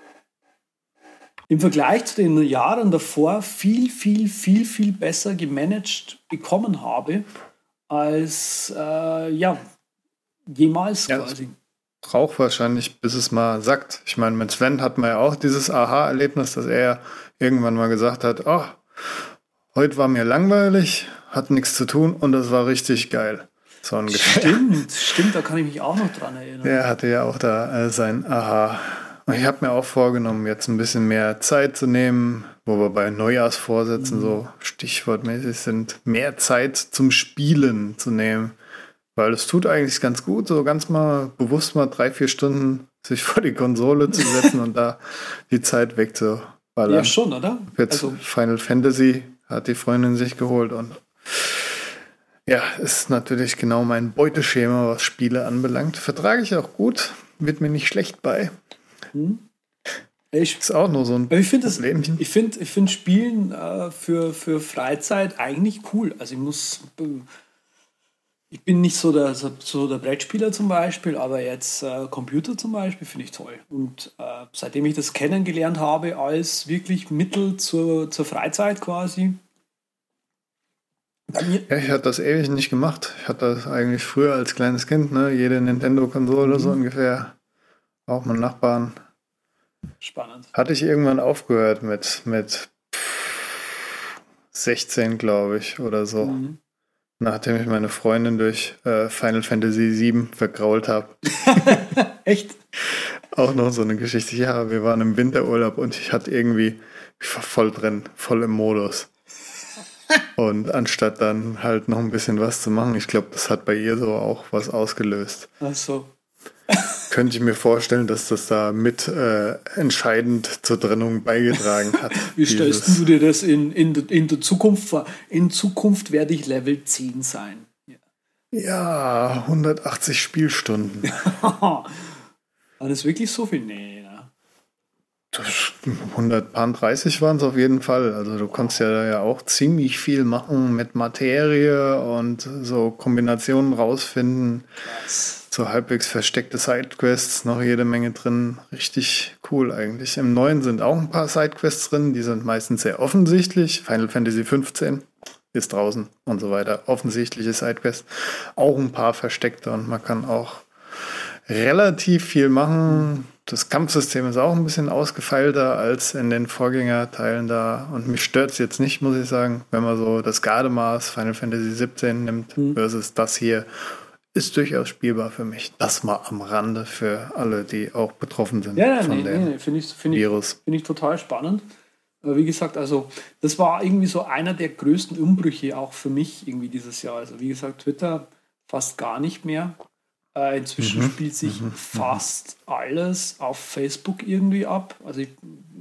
im Vergleich zu den Jahren davor viel, viel, viel, viel besser gemanagt bekommen habe, als äh, ja, jemals
Ja,
quasi.
Braucht wahrscheinlich, bis es mal sackt. Ich meine, mit Sven hat man ja auch dieses Aha-Erlebnis, dass er irgendwann mal gesagt hat, oh, heute war mir langweilig, hat nichts zu tun und das war richtig geil. So ungefähr.
Stimmt, stimmt, da kann ich mich auch noch dran erinnern.
Er hatte ja auch da äh, sein Aha. Und ich habe mir auch vorgenommen, jetzt ein bisschen mehr Zeit zu nehmen, wo wir bei Neujahrsvorsätzen mhm. so stichwortmäßig sind, mehr Zeit zum Spielen zu nehmen. Weil es tut eigentlich ganz gut, so ganz mal bewusst mal drei, vier Stunden sich vor die Konsole zu setzen und da die Zeit wegzuballern.
Ja, schon, oder?
Jetzt
also.
Final Fantasy hat die Freundin sich geholt und ja, ist natürlich genau mein Beuteschema, was Spiele anbelangt. Vertrage ich auch gut, wird mir nicht schlecht bei.
Hm. Ich,
ist auch nur so ein
ich find
Problemchen.
Das, ich finde ich find Spielen äh, für, für Freizeit eigentlich cool. Also ich muss... Ich bin nicht so der, so der Brettspieler zum Beispiel, aber jetzt äh, Computer zum Beispiel finde ich toll. Und äh, seitdem ich das kennengelernt habe als wirklich Mittel zur, zur Freizeit quasi.
Ja, ich hatte das ewig nicht gemacht. Ich hatte das eigentlich früher als kleines Kind, ne? Jede Nintendo-Konsole mhm. so ungefähr. Auch mein Nachbarn.
Spannend.
Hatte ich irgendwann aufgehört mit, mit sechzehn, glaube ich, oder so. Mhm. Nachdem ich meine Freundin durch äh, Final Fantasy sieben vergrault habe.
Echt?
Auch noch so eine Geschichte. Ja, wir waren im Winterurlaub und ich hatte irgendwie, ich war voll drin, voll im Modus. Und anstatt dann halt noch ein bisschen was zu machen, ich glaube, das hat bei ihr so auch was ausgelöst.
Ach so.
Könnte ich mir vorstellen, dass das da mit äh, entscheidend zur Trennung beigetragen hat.
Wie stellst du dir das in, in, in der Zukunft vor? In Zukunft werde ich Level zehn sein.
Ja, ja hundertachtzig Spielstunden.
War das wirklich so viel? Nee, ne?
hundertdreißig waren es auf jeden Fall. Also du konntest ja da ja auch ziemlich viel machen mit Materie und so Kombinationen rausfinden.
Krass.
So halbwegs versteckte Sidequests, noch jede Menge drin. Richtig cool eigentlich. Im neuen sind auch ein paar Sidequests drin, die sind meistens sehr offensichtlich. Final Fantasy fünfzehn ist draußen und so weiter. Offensichtliche Sidequests. Auch ein paar versteckte und man kann auch relativ viel machen. Das Kampfsystem ist auch ein bisschen ausgefeilter als in den Vorgängerteilen da. Und mich stört es jetzt nicht, muss ich sagen, wenn man so das Gardemaß Final Fantasy siebzehn nimmt mhm. versus das hier. Ist durchaus spielbar für mich. Das mal am Rande für alle, die auch betroffen sind
ja,
von
nee,
dem
nee, find ich, find
Virus.
Ich, finde ich total spannend. Aber wie gesagt, also das war irgendwie so einer der größten Umbrüche auch für mich irgendwie dieses Jahr. Also wie gesagt, Twitter fast gar nicht mehr. Äh, inzwischen mhm. spielt sich mhm. fast alles auf Facebook irgendwie ab. Also ich,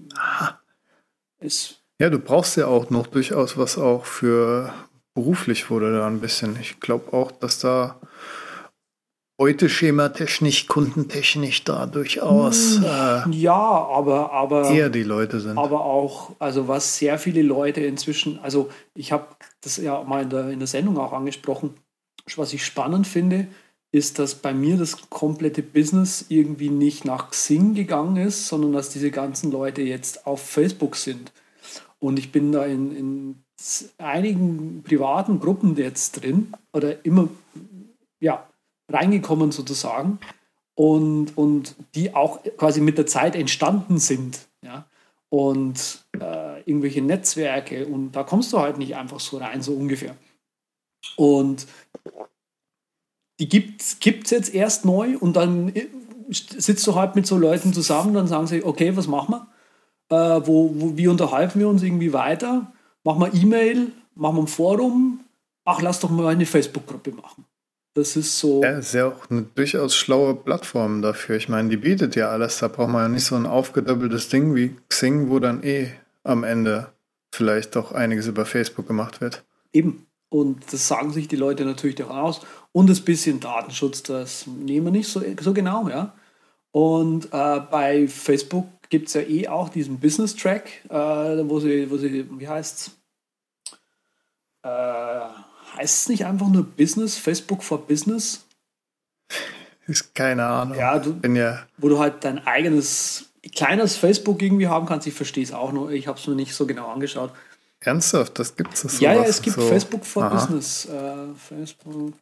es
ja, du brauchst ja auch noch durchaus was auch für beruflich wurde da ein bisschen. Ich glaube auch, dass da Beuteschema technisch, kundentechnisch da durchaus äh,
ja, aber, aber
eher die Leute sind.
Aber auch, also was sehr viele Leute inzwischen, also ich habe das ja mal in der, in der Sendung auch angesprochen, was ich spannend finde, ist, dass bei mir das komplette Business irgendwie nicht nach Xing gegangen ist, sondern dass diese ganzen Leute jetzt auf Facebook sind. Und ich bin da in, in einigen privaten Gruppen jetzt drin oder immer, ja, reingekommen sozusagen und, und die auch quasi mit der Zeit entstanden sind. Ja? Und äh, irgendwelche Netzwerke und da kommst du halt nicht einfach so rein, so ungefähr. Und die gibt es jetzt erst neu und dann sitzt du halt mit so Leuten zusammen, dann sagen sie, okay, was machen wir? Äh, wo, wo, wie unterhalten wir uns irgendwie weiter? Machen wir E-Mail, machen wir ein Forum, ach, lass doch mal eine Facebook-Gruppe machen. Das ist so.
Ja, ist ja auch eine durchaus schlaue Plattform dafür. Ich meine, die bietet ja alles. Da braucht man ja nicht so ein aufgedoppeltes Ding wie Xing, wo dann eh am Ende vielleicht doch einiges über Facebook gemacht wird.
Eben. Und das sagen sich die Leute natürlich auch aus. Und das bisschen Datenschutz, das nehmen wir nicht so, so genau, ja. Und äh, bei Facebook gibt es ja eh auch diesen Business-Track, äh, wo sie, wo sie, wie heißt's? Äh, heißt es nicht einfach nur Business, Facebook for Business?
Ist keine Ahnung.
Ja, du,
Bin ja
wo du halt dein eigenes, kleines Facebook irgendwie haben kannst. Ich verstehe es auch nur, ich habe es mir nicht so genau angeschaut.
Ernsthaft, das gibt es?
Ja, ja, es gibt
so.
Facebook for
Aha.
Business. Äh, Facebook.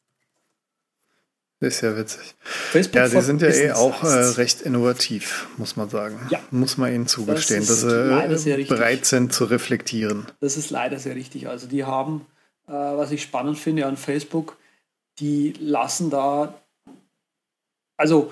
Ist ja witzig.
Facebook
ja, die
for
sind ja eh
Business
auch äh,
heißt's.
recht innovativ, muss man sagen.
Ja.
Muss man ihnen zugestehen,
Das
dass
ist leider
sie
sehr
äh,
richtig.
bereit sind zu reflektieren.
Das ist leider sehr richtig. Also die haben, äh, was ich spannend finde an Facebook, die lassen da, also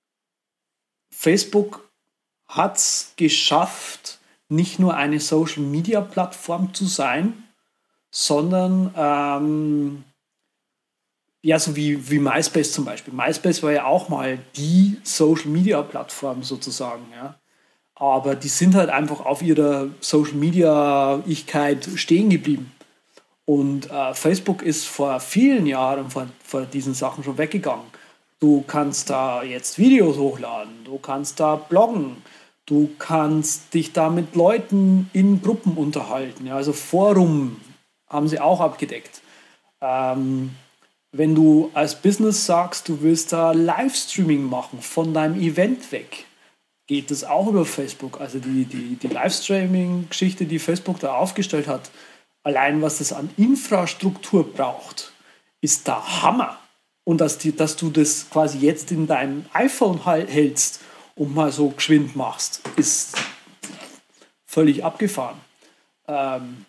Facebook hat es geschafft, nicht nur eine Social-Media-Plattform zu sein, sondern ähm, ja, so wie, wie MySpace zum Beispiel. MySpace war ja auch mal die Social-Media-Plattform sozusagen, ja. Aber die sind halt einfach auf ihrer Social-Media-Igkeit stehen geblieben. Und äh, Facebook ist vor vielen Jahren vor, vor diesen Sachen schon weggegangen. Du kannst da jetzt Videos hochladen, du kannst da bloggen, du kannst dich da mit Leuten in Gruppen unterhalten. Ja, also Forum haben sie auch abgedeckt. Ähm, wenn du als Business sagst, du willst da Livestreaming machen von deinem Event weg, geht das auch über Facebook. Also die, die, die Livestreaming-Geschichte, die Facebook da aufgestellt hat, allein was das an Infrastruktur braucht, ist der Hammer. Und dass, die, dass du das quasi jetzt in deinem iPhone hältst und mal so geschwind machst, ist völlig abgefahren. Ähm,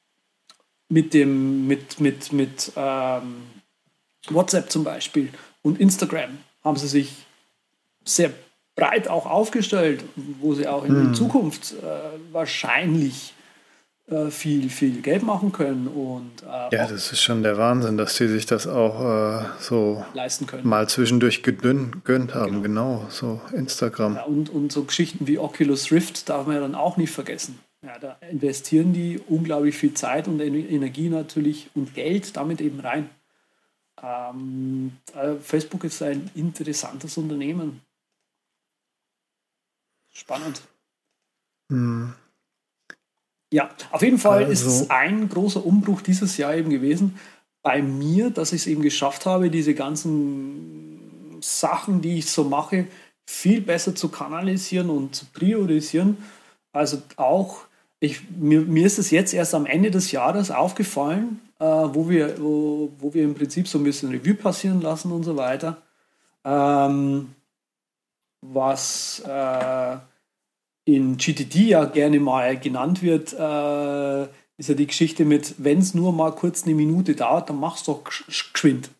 mit dem, mit, mit, mit ähm, WhatsApp zum Beispiel und Instagram haben sie sich sehr breit auch aufgestellt, wo sie auch in hm. Zukunft äh, wahrscheinlich äh, viel, viel Geld machen können. Und, äh,
ja, das ist schon der Wahnsinn, dass sie sich das auch äh, so
leisten können.
Mal zwischendurch gegönnt haben, genau, genau so Instagram.
Ja, und, und so Geschichten wie Oculus Rift darf man ja dann auch nicht vergessen. Ja, da investieren die unglaublich viel Zeit und Energie natürlich und Geld damit eben rein. Ähm, äh, Facebook ist ein interessantes Unternehmen. Spannend.
Hm.
Ja, auf jeden Fall
also.
ist es ein großer Umbruch dieses Jahr eben gewesen bei mir, dass ich es eben geschafft habe, diese ganzen Sachen, die ich so mache, viel besser zu kanalisieren und zu priorisieren. Also auch, ich, mir, mir ist es jetzt erst am Ende des Jahres aufgefallen, äh, wo, wir, wo, wo wir im Prinzip so ein bisschen Revue passieren lassen und so weiter. Ähm, was äh, in G T D ja gerne mal genannt wird, äh, ist ja die Geschichte mit, wenn es nur mal kurz eine Minute dauert, dann mach's doch geschwind.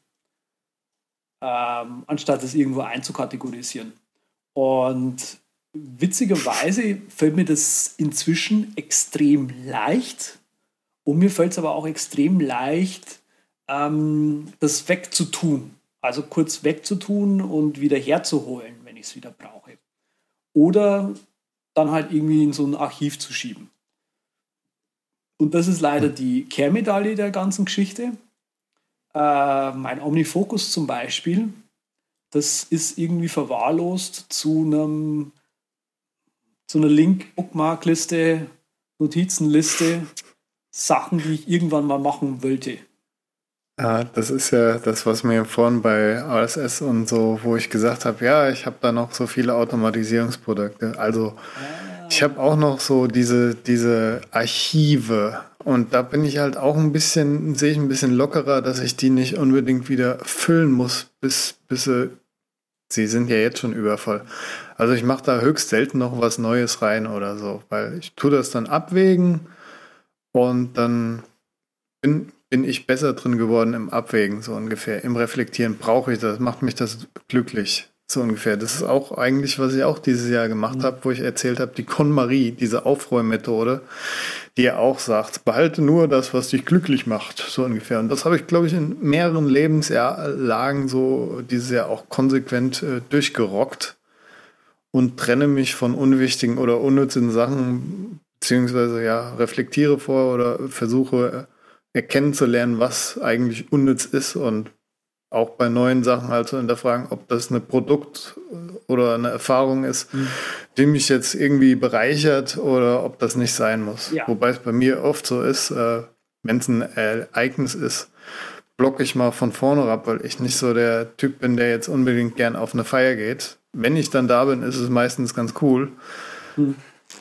Ähm, anstatt es irgendwo einzukategorisieren. Und witzigerweise fällt mir das inzwischen extrem leicht. Und mir fällt es aber auch extrem leicht, ähm, das wegzutun. Also kurz wegzutun und wieder herzuholen, wenn ich es wieder brauche. Oder dann halt irgendwie in so ein Archiv zu schieben. Und das ist leider die Kehrmedaille der ganzen Geschichte. Äh, mein OmniFocus zum Beispiel, das ist irgendwie verwahrlost zu einem zu einer Link-Bookmark-Liste, Notizenliste, Sachen, die ich irgendwann mal machen wollte.
Ja, das ist ja das, was mir vorhin bei R S S und so, wo ich gesagt habe, ja, ich habe da noch so viele Automatisierungsprodukte. Also ah. ich habe auch noch so diese, diese Archive und da bin ich halt auch ein bisschen, sehe ich ein bisschen lockerer, dass ich die nicht unbedingt wieder füllen muss, bis, bis sie, sie sind ja jetzt schon übervoll. Also ich mache da höchst selten noch was Neues rein oder so, weil ich tue das dann abwägen und dann bin bin ich besser drin geworden im Abwägen, so ungefähr. Im Reflektieren brauche ich das, macht mich das glücklich, so ungefähr. Das ist auch eigentlich, was ich auch dieses Jahr gemacht habe, wo ich erzählt habe, die KonMari, diese Aufräummethode, die ja auch sagt, behalte nur das, was dich glücklich macht, so ungefähr. Und das habe ich, glaube ich, in mehreren Lebenslagen so dieses Jahr auch konsequent äh, durchgerockt und trenne mich von unwichtigen oder unnützen Sachen, beziehungsweise ja, reflektiere vor oder versuche erkennen zu lernen, was eigentlich unnütz ist und auch bei neuen Sachen halt zu hinterfragen, ob das ein Produkt oder eine Erfahrung ist, mhm. die mich jetzt irgendwie bereichert oder ob das nicht sein muss.
Ja.
Wobei es bei mir oft so ist, äh, wenn es ein Ereignis ist, blocke ich mal von vorne ab, weil ich nicht so der Typ bin, der jetzt unbedingt gern auf eine Feier geht. Wenn ich dann da bin, ist es meistens ganz cool.
Hm.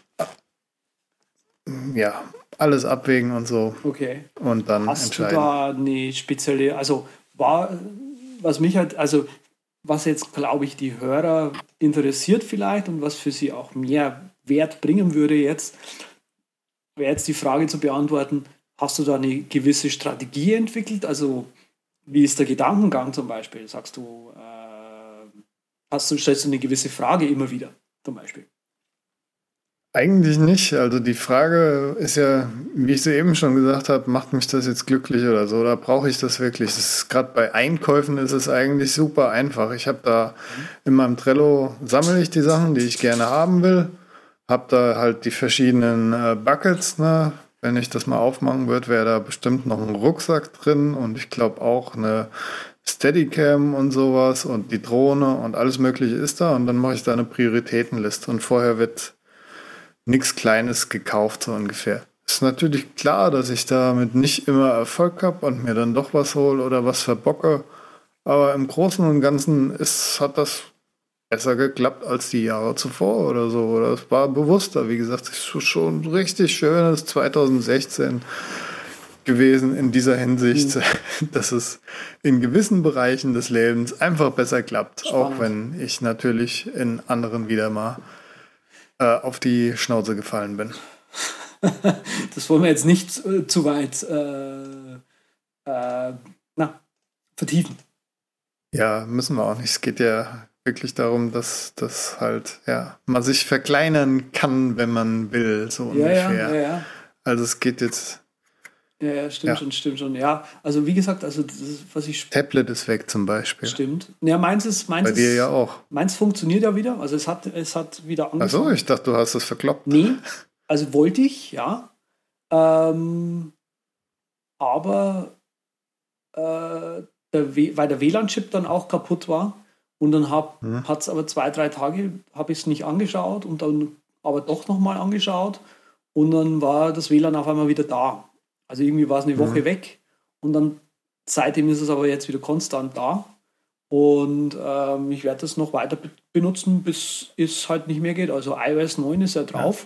Ja, alles abwägen und so.
Okay.
Und dann
Hast
entscheiden.
du da eine spezielle, also war, was mich halt, also was jetzt, glaube ich, die Hörer interessiert vielleicht und was für sie auch mehr Wert bringen würde jetzt, wäre jetzt die Frage zu beantworten, hast du da eine gewisse Strategie entwickelt? Also wie ist der Gedankengang zum Beispiel? Sagst du, äh, hast du, stellst du eine gewisse Frage immer wieder zum Beispiel?
Eigentlich nicht. Also die Frage ist ja, wie ich sie eben schon gesagt habe, macht mich das jetzt glücklich oder so? Oder brauche ich das wirklich? Das ist, gerade bei Einkäufen ist es eigentlich super einfach. Ich habe da in meinem Trello, sammle ich die Sachen, die ich gerne haben will. Habe da halt die verschiedenen äh, Buckets. Ne? Wenn ich das mal aufmachen würde, wäre da bestimmt noch ein Rucksack drin. Und ich glaube auch eine Steadicam und sowas und die Drohne und alles Mögliche ist da. Und dann mache ich da eine Prioritätenliste. Und vorher wird nichts Kleines gekauft, so ungefähr. Ist natürlich klar, dass ich damit nicht immer Erfolg habe und mir dann doch was hole oder was verbocke. Aber im Großen und Ganzen ist, hat das besser geklappt als die Jahre zuvor oder so. Oder es war bewusster. Wie gesagt, es ist schon ein richtig schönes zwanzig sechzehn gewesen in dieser Hinsicht, mhm. dass es in gewissen Bereichen des Lebens einfach besser klappt. Spannend. Auch wenn ich natürlich in anderen wieder mal auf die Schnauze gefallen bin.
Das wollen wir jetzt nicht äh, zu weit äh, äh, na, vertiefen.
Ja, müssen wir auch nicht. Es geht ja wirklich darum, dass, dass halt, ja, man sich verkleinern kann, wenn man will, so
ja,
ungefähr.
Ja, ja, ja.
Also es geht jetzt...
Ja, ja, stimmt ja. schon, stimmt schon. Ja, also wie gesagt, also das ist, was ich...
Tablet ist weg zum Beispiel.
Stimmt. Ja, meins ist... Meins
Bei dir
ist,
ja auch.
Meins funktioniert ja wieder, also es hat, es hat wieder angefangen.
Ach so, ich dachte, du hast es verkloppt.
Nee, also wollte ich, ja. Ähm, aber äh, der w- weil der W L A N-Chip dann auch kaputt war und dann hat es hm. aber zwei, drei Tage, habe ich es nicht angeschaut und dann aber doch nochmal angeschaut und dann war das W L A N auf einmal wieder da. Also irgendwie war es eine Woche mhm. weg und dann seitdem ist es aber jetzt wieder konstant da und ähm, ich werde das noch weiter be- benutzen, bis es halt nicht mehr geht. Also i O S neun ist ja drauf.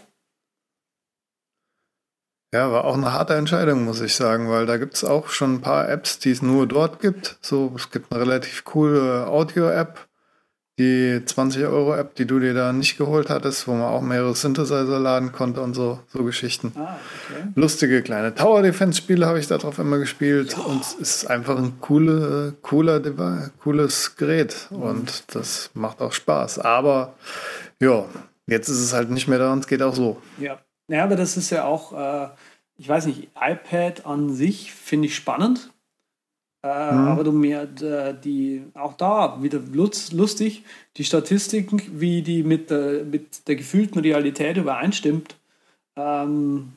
Ja, war auch eine harte Entscheidung, muss ich sagen, weil da gibt es auch schon ein paar Apps, die es nur dort gibt. So, es gibt eine relativ coole Audio-App, die zwanzig-Euro-App, die du dir da nicht geholt hattest, wo man auch mehrere Synthesizer laden konnte und so, so Geschichten.
Ah, okay.
Lustige kleine Tower-Defense-Spiele habe ich da drauf immer gespielt ja. und es ist einfach ein coole, cooler, cooles Gerät mhm. und das macht auch Spaß. Aber ja, jetzt ist es halt nicht mehr da und es geht auch so.
Ja, ja, aber das ist ja auch, äh, ich weiß nicht, iPad an sich finde ich spannend. Äh, mhm. Aber du mehr äh, die auch da wieder lustig, die Statistiken, wie die mit der, mit der gefühlten Realität übereinstimmt. Ähm,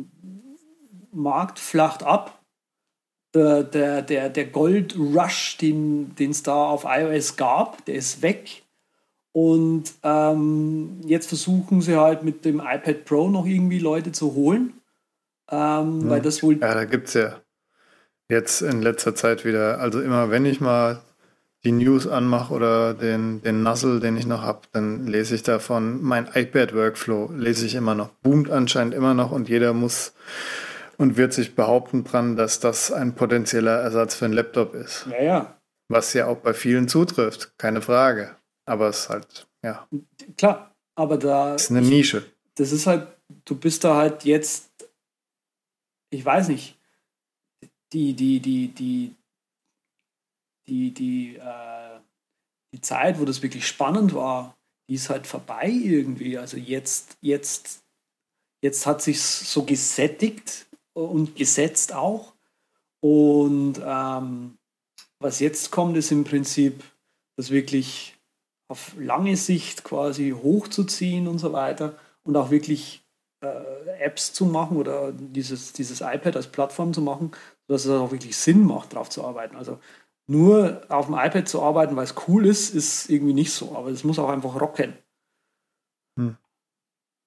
Markt flacht ab. Der, der, der, der Gold-Rush, den es da auf iOS gab, der ist weg. Und ähm, jetzt versuchen sie halt mit dem iPad Pro noch irgendwie Leute zu holen. Ähm, mhm. Weil das wohl.
Ja, da gibt es ja jetzt in letzter Zeit wieder, also immer wenn ich mal die News anmache oder den, den Nuzzle, den ich noch habe, dann lese ich davon, mein iPad-Workflow lese ich immer noch, boomt anscheinend immer noch und jeder muss und wird sich behaupten dran, dass das ein potenzieller Ersatz für einen Laptop ist.
Ja, ja.
Was ja auch bei vielen zutrifft, keine Frage. Aber es ist halt, ja.
Klar, aber da...
Das ist eine Nische.
Das ist halt, du bist da halt jetzt, ich weiß nicht, die, die, die, die, die, die, äh, die Zeit, wo das wirklich spannend war, die ist halt vorbei irgendwie. Also jetzt, jetzt, jetzt hat sich so gesättigt und gesetzt auch. Und ähm, was jetzt kommt, ist im Prinzip das wirklich auf lange Sicht quasi hochzuziehen und so weiter und auch wirklich äh, Apps zu machen oder dieses, dieses iPad als Plattform zu machen, sodass es auch wirklich Sinn macht, drauf zu arbeiten. Also nur auf dem iPad zu arbeiten, weil es cool ist, ist irgendwie nicht so, aber es muss auch einfach rocken.
Hm.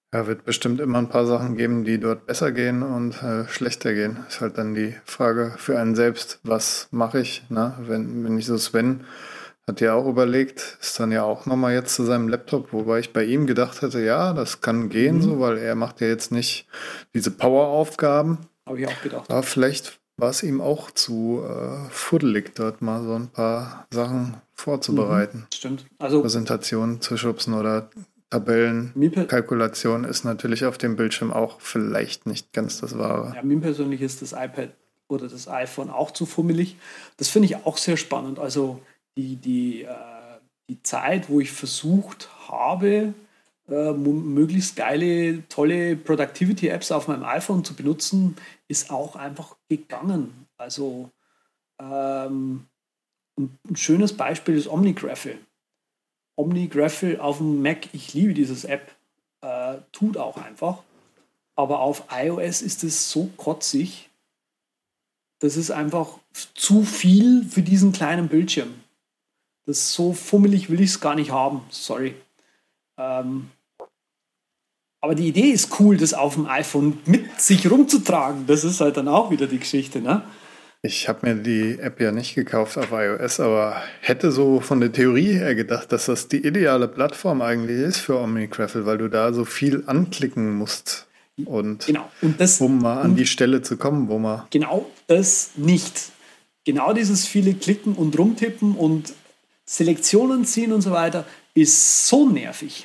Ja, wird bestimmt immer ein paar Sachen geben, die dort besser gehen und äh, schlechter gehen. Ist halt dann die Frage für einen selbst, was mache ich, ne? Wenn, wenn ich so Sven hat ja auch überlegt, ist dann ja auch nochmal jetzt zu seinem Laptop, wobei ich bei ihm gedacht hätte, ja, das kann gehen
Mhm.
so, weil er macht ja jetzt nicht diese Power-Aufgaben.
Habe ich auch gedacht.
Aber vielleicht war es ihm auch zu äh, fuddelig, dort mal so ein paar Sachen vorzubereiten.
Stimmt. Also
Präsentationen zu schubsen oder Tabellen.
mir, per
Kalkulation ist natürlich auf dem Bildschirm auch vielleicht nicht ganz das Wahre.
ja, mir persönlich ist das iPad oder das iPhone auch zu fummelig. Das finde ich auch sehr spannend. Also die, die, äh, die Zeit, wo ich versucht habe, äh, mo- möglichst geile, tolle Productivity-Apps auf meinem iPhone zu benutzen, ist auch einfach gegangen. Also ähm, ein, ein schönes Beispiel ist OmniGraffle. OmniGraffle auf dem Mac, ich liebe dieses App, äh, tut auch einfach. Aber auf iOS ist es so kotzig, das ist einfach zu viel für diesen kleinen Bildschirm. Das ist so fummelig will ich es gar nicht haben. Sorry. Ähm, aber die Idee ist cool, das auf dem iPhone mit sich rumzutragen. Das ist halt dann auch wieder die Geschichte, ne?
Ich habe mir die App ja nicht gekauft auf iOS, aber hätte so von der Theorie her gedacht, dass das die ideale Plattform eigentlich ist für OmniGraffle, weil du da so viel anklicken musst. Und
Genau. Und das,
um mal an
und
die Stelle zu kommen, wo man
genau das nicht. Genau dieses viele Klicken und rumtippen und Selektionen ziehen und so weiter ist so nervig.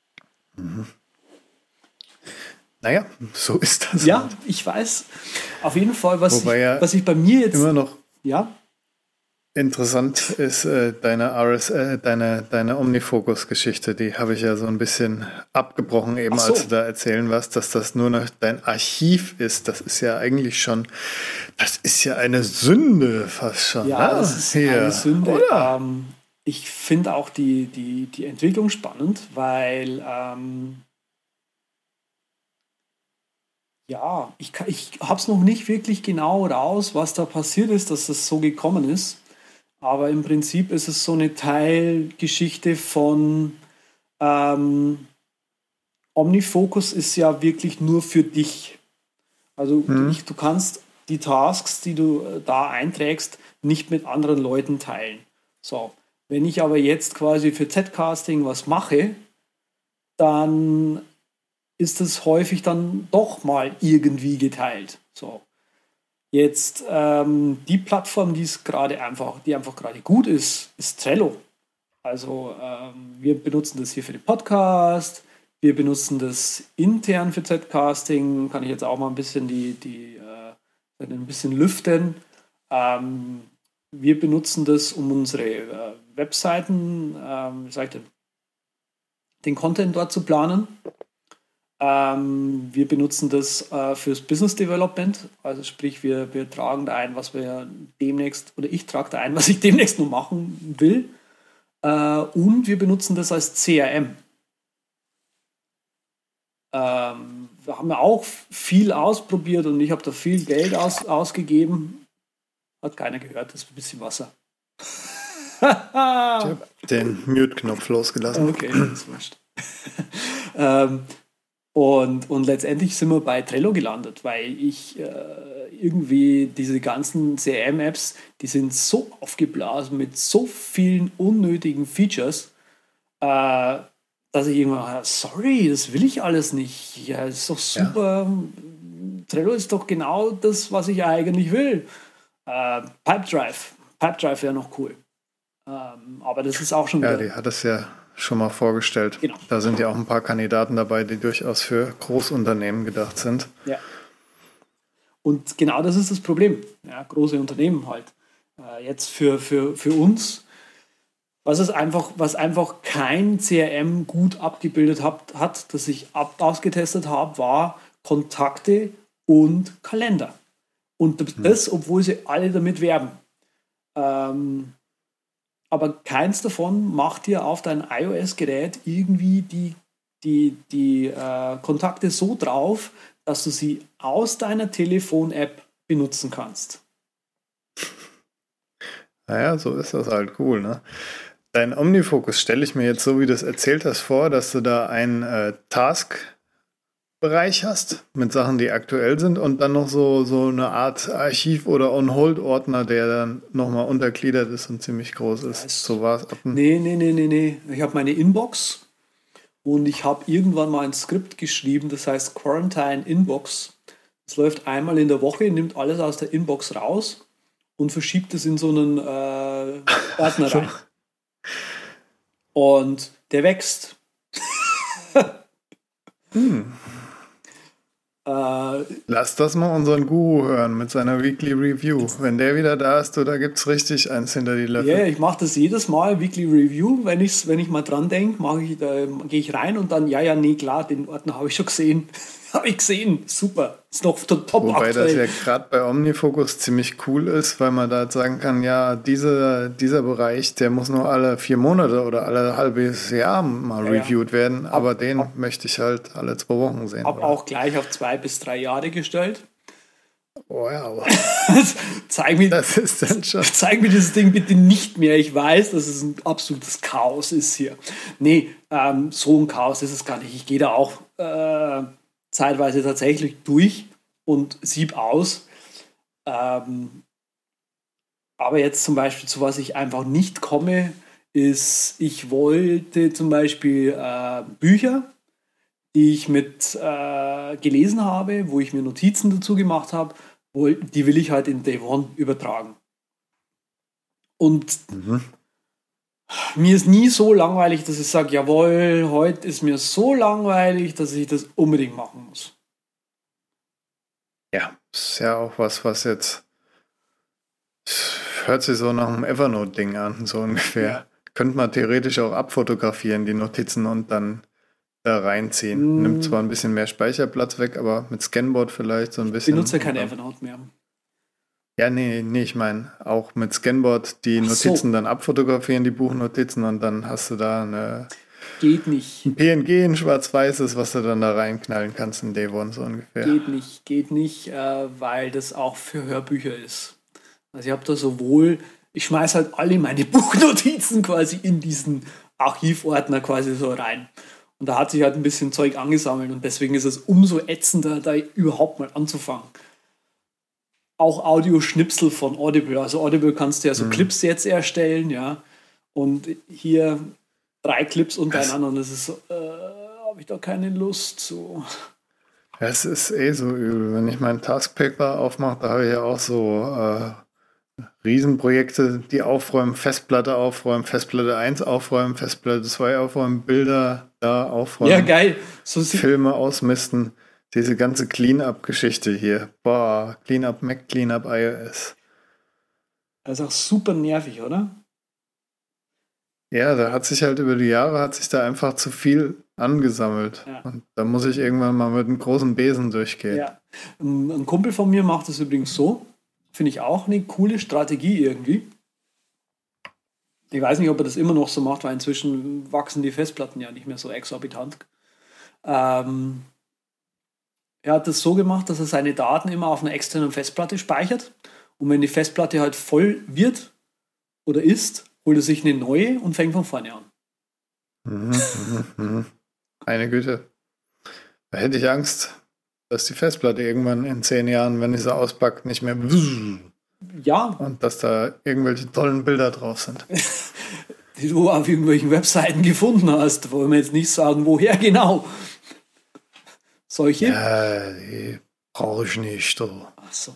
naja, so ist das.
Ja,
halt.
ich weiß. Auf jeden Fall, was,
Wobei
ich,
ja
was ich bei mir jetzt.
Immer noch
Ja,
interessant ist äh, deine R S, äh, deine, deine Omnifocus-Geschichte, die habe ich ja so ein bisschen abgebrochen, eben
Ach so.
als du da erzählen warst, dass das nur noch dein Archiv ist. Das ist ja eigentlich schon, das ist ja eine Sünde fast schon.
ja,
ne?
das ist
Hier.
eine Sünde.
Oder?
Ähm, ich finde auch die, die, die Entwicklung spannend, weil ähm, ja, ich, kann- ich habe es noch nicht wirklich genau raus, was da passiert ist, dass das so gekommen ist. Aber im Prinzip ist es so eine Teilgeschichte von ähm, OmniFocus ist ja wirklich nur für dich. Also
Hm.
ich, du kannst die Tasks, die du äh, da einträgst, nicht mit anderen Leuten teilen. So, wenn ich aber jetzt quasi für Zcasting was mache, dann ist es häufig dann doch mal irgendwie geteilt. So. Jetzt ähm, die Plattform, die es gerade einfach, die einfach gerade gut ist, ist Trello. Also ähm, wir benutzen das hier für den Podcast, wir benutzen das intern für Zcasting, kann ich jetzt auch mal ein bisschen die, die äh, ein bisschen lüften. Ähm, wir benutzen das, um unsere äh, Webseiten, ähm, wie sag ich denn, den Content dort zu planen. Ähm, wir benutzen das äh, fürs Business Development, also sprich, wir, wir tragen da ein, was wir demnächst, oder ich trage da ein, was ich demnächst noch machen will. Äh, und wir benutzen das als C R M. Ähm, wir haben ja auch viel ausprobiert und ich habe da viel Geld aus, ausgegeben. Hat keiner gehört, das ist ein bisschen Wasser.
Ich habe den Mute-Knopf losgelassen.
Okay, das ist wurscht. ähm, und, und letztendlich sind wir bei Trello gelandet, weil ich äh, irgendwie diese ganzen C R M-Apps, die sind so aufgeblasen mit so vielen unnötigen Features, äh, dass ich irgendwann, sorry, das will ich alles nicht. Ja, ist doch super. Trello ist doch genau das, was ich eigentlich will. Äh, Pipedrive. Pipedrive wäre noch cool. Ähm, aber das ist auch schon
Ja,
wieder.
die hat es ja schon mal vorgestellt.
Genau.
Da sind ja auch ein paar Kandidaten dabei, die durchaus für Großunternehmen gedacht sind.
Ja. Und genau das ist das Problem. Ja, große Unternehmen halt. Äh, jetzt für, für, für uns, was es einfach, was einfach kein C R M gut abgebildet hat, hat das ich ab, ausgetestet habe, war Kontakte und Kalender. Und das, obwohl sie alle damit werben. Ähm, aber keins davon macht dir auf dein iOS-Gerät irgendwie die, die, die äh, Kontakte so drauf, dass du sie aus deiner Telefon-App benutzen kannst.
Naja, so ist das halt cool, ne? Dein OmniFocus stelle ich mir jetzt so, wie du es erzählt hast, vor, dass du da einen äh, Task Bereich hast mit Sachen, die aktuell sind und dann noch so, so eine Art Archiv- oder On-Hold-Ordner, der dann nochmal untergliedert ist und ziemlich groß ist.
Yes.
So war es.
Nee, nee, nee, nee, nee. Ich habe meine Inbox und ich habe irgendwann mal ein Skript geschrieben, das heißt Quarantine Inbox. Das läuft einmal in der Woche, nimmt alles aus der Inbox raus und verschiebt es in so einen äh, Ordner rein. Und der wächst.
hm.
Äh,
Lass das mal unseren Guru hören mit seiner Weekly Review. Wenn der wieder da ist, du, da gibt es richtig eins hinter die Löffel.
Ja, yeah, ich mache das jedes Mal, Weekly Review. Wenn, ich's, wenn ich mal dran denke, ich, da gehe ich rein und dann, ja, ja, nee, klar, den Ordner habe ich schon gesehen. habe ich gesehen, super. Ist noch top
Wobei
aktuell.
das ja gerade bei OmniFocus ziemlich cool ist, weil man da sagen kann, ja, diese, dieser Bereich, der muss nur alle vier Monate oder alle halbes Jahr mal
ja,
reviewed werden,
ab,
aber den
ab,
möchte ich halt alle zwei Wochen sehen.
Hab auch gleich auf zwei bis drei Jahre gestellt.
Wow.
zeig mir,
das ist dann schon.
Zeig mir dieses Ding bitte nicht mehr. Ich weiß, dass es ein absolutes Chaos ist hier. Nee, ähm, so ein Chaos ist es gar nicht. Ich gehe da auch äh, zeitweise tatsächlich durch und sieb aus. Ähm, aber jetzt zum Beispiel, zu was ich einfach nicht komme, ist, ich wollte zum Beispiel äh, Bücher, die ich mit äh, gelesen habe, wo ich mir Notizen dazu gemacht habe, wo, die will ich halt in Day One übertragen. Und mhm. mir ist nie so langweilig, dass ich sage, jawohl, heute ist mir so langweilig, dass ich das unbedingt machen muss.
Ja, ist ja auch was, was jetzt hört sich so nach einem Evernote-Ding an, so ungefähr. Ja. Könnte man theoretisch auch abfotografieren, die Notizen, und dann da reinziehen. Mm. Nimmt zwar ein bisschen mehr Speicherplatz weg, aber mit Scanboard vielleicht so ein bisschen.
Ich benutze ja kein Evernote mehr.
Ja, nee, nee, ich meine, auch mit Scanboard die Ach Notizen so. dann abfotografieren, die Buchnotizen, und dann hast du da eine
Geht nicht.
Ein P N G in schwarz-weißes, was du dann da reinknallen kannst in Day One so ungefähr.
Geht nicht, geht nicht, äh, weil das auch für Hörbücher ist. Also ich habe da sowohl, ich schmeiße halt alle meine Buchnotizen quasi in diesen Archivordner quasi so rein. Und da hat sich halt ein bisschen Zeug angesammelt und deswegen ist es umso ätzender, da überhaupt mal anzufangen. Auch Audioschnipsel von Audible. Also Audible kannst du ja so mhm. Clips jetzt erstellen, ja. Und hier drei Clips untereinander und das ist so, äh, habe ich da keine Lust zu.
Ja, es ist eh so übel. Wenn ich meinen Taskpaper aufmache, da habe ich ja auch so äh, Riesenprojekte, die aufräumen, Festplatte aufräumen, Festplatte eins aufräumen, Festplatte zwei aufräumen, Bilder da aufräumen.
Ja, geil. So
Filme ausmisten. Diese ganze Clean-Up-Geschichte hier. Boah, Clean-Up Mac, Clean-Up iOS.
Das ist auch super nervig, oder?
Ja, da hat sich halt über die Jahre hat sich da einfach zu viel angesammelt. Ja. Und da muss ich irgendwann mal mit einem großen Besen durchgehen.
Ja. Ein Kumpel von mir macht das übrigens so. Finde ich auch eine coole Strategie irgendwie. Ich weiß nicht, ob er das immer noch so macht, weil inzwischen wachsen die Festplatten ja nicht mehr so exorbitant. Ähm, er hat das so gemacht, dass er seine Daten immer auf einer externen Festplatte speichert. Und wenn die Festplatte halt voll wird oder ist, holt er sich eine neue und fängt von vorne an.
Mhm, mhm, mhm. Meine Güte. Da hätte ich Angst, dass die Festplatte irgendwann in zehn Jahren, wenn ich sie auspackt, nicht mehr.
Ja.
Und dass da irgendwelche tollen Bilder drauf sind.
Die du auf irgendwelchen Webseiten gefunden hast. Wollen wir jetzt nicht sagen, woher genau. Solche?
Ja, die brauche ich nicht. So.
Ach so.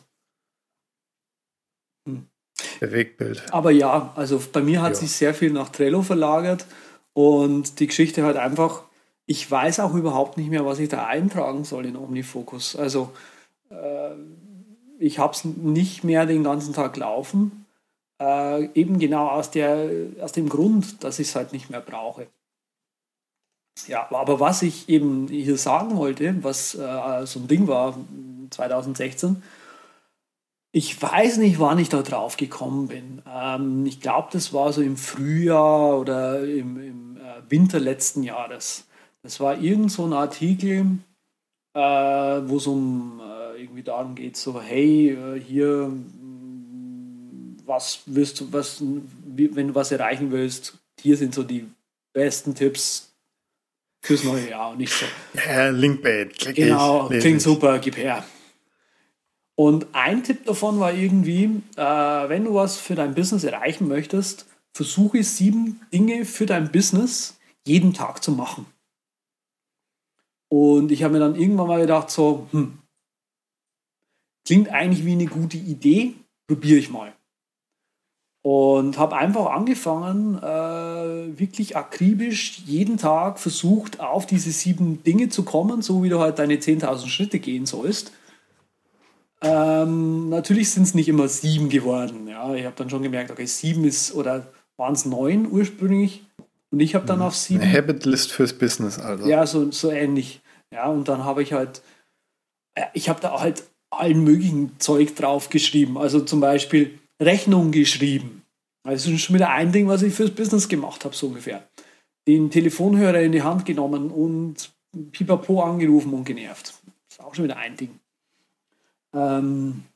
Bewegtbild.
Aber ja, also bei mir hat ja. sich sehr viel nach Trello verlagert und die Geschichte halt einfach, ich weiß auch überhaupt nicht mehr, was ich da eintragen soll in OmniFocus. Also äh, ich habe es nicht mehr den ganzen Tag laufen, äh, eben genau aus, der, aus dem Grund, dass ich es halt nicht mehr brauche. Ja, aber was ich eben hier sagen wollte, was äh, so ein Ding war zwanzig sechzehn, ich weiß nicht, wann ich da drauf gekommen bin. Ähm, ich glaube, das war so im Frühjahr oder im, im äh, Winter letzten Jahres. Das war irgend so ein Artikel, äh, wo es um äh, irgendwie darum geht, so hey, äh, hier, was willst du, was, wie, wenn du was erreichen willst, hier sind so die besten Tipps fürs neue Jahr und nicht so.
Ja, Linkbait. Klick
Genau,
ich,
klingt
ich.
super, gib her. Und ein Tipp davon war irgendwie, äh, wenn du was für dein Business erreichen möchtest, versuche sieben Dinge für dein Business jeden Tag zu machen. Und ich habe mir dann irgendwann mal gedacht, so, hm, klingt eigentlich wie eine gute Idee, probiere ich mal. Und habe einfach angefangen, äh, wirklich akribisch jeden Tag versucht, auf diese sieben Dinge zu kommen, so wie du halt deine zehntausend Schritte gehen sollst. Ähm, natürlich sind es nicht immer sieben geworden. Ja, ich habe dann schon gemerkt, okay, sieben ist, oder waren es neun ursprünglich? Und ich habe dann auf sieben.
Eine Habit-List fürs Business, also.
Ja, so, so ähnlich. Ja, und dann habe ich halt, äh, ich habe da halt allen möglichen Zeug drauf geschrieben. Also zum Beispiel Rechnung geschrieben. Also das ist schon wieder ein Ding, was ich fürs Business gemacht habe, so ungefähr. Den Telefonhörer in die Hand genommen und pipapo angerufen und genervt. Das ist auch schon wieder ein Ding. Ähm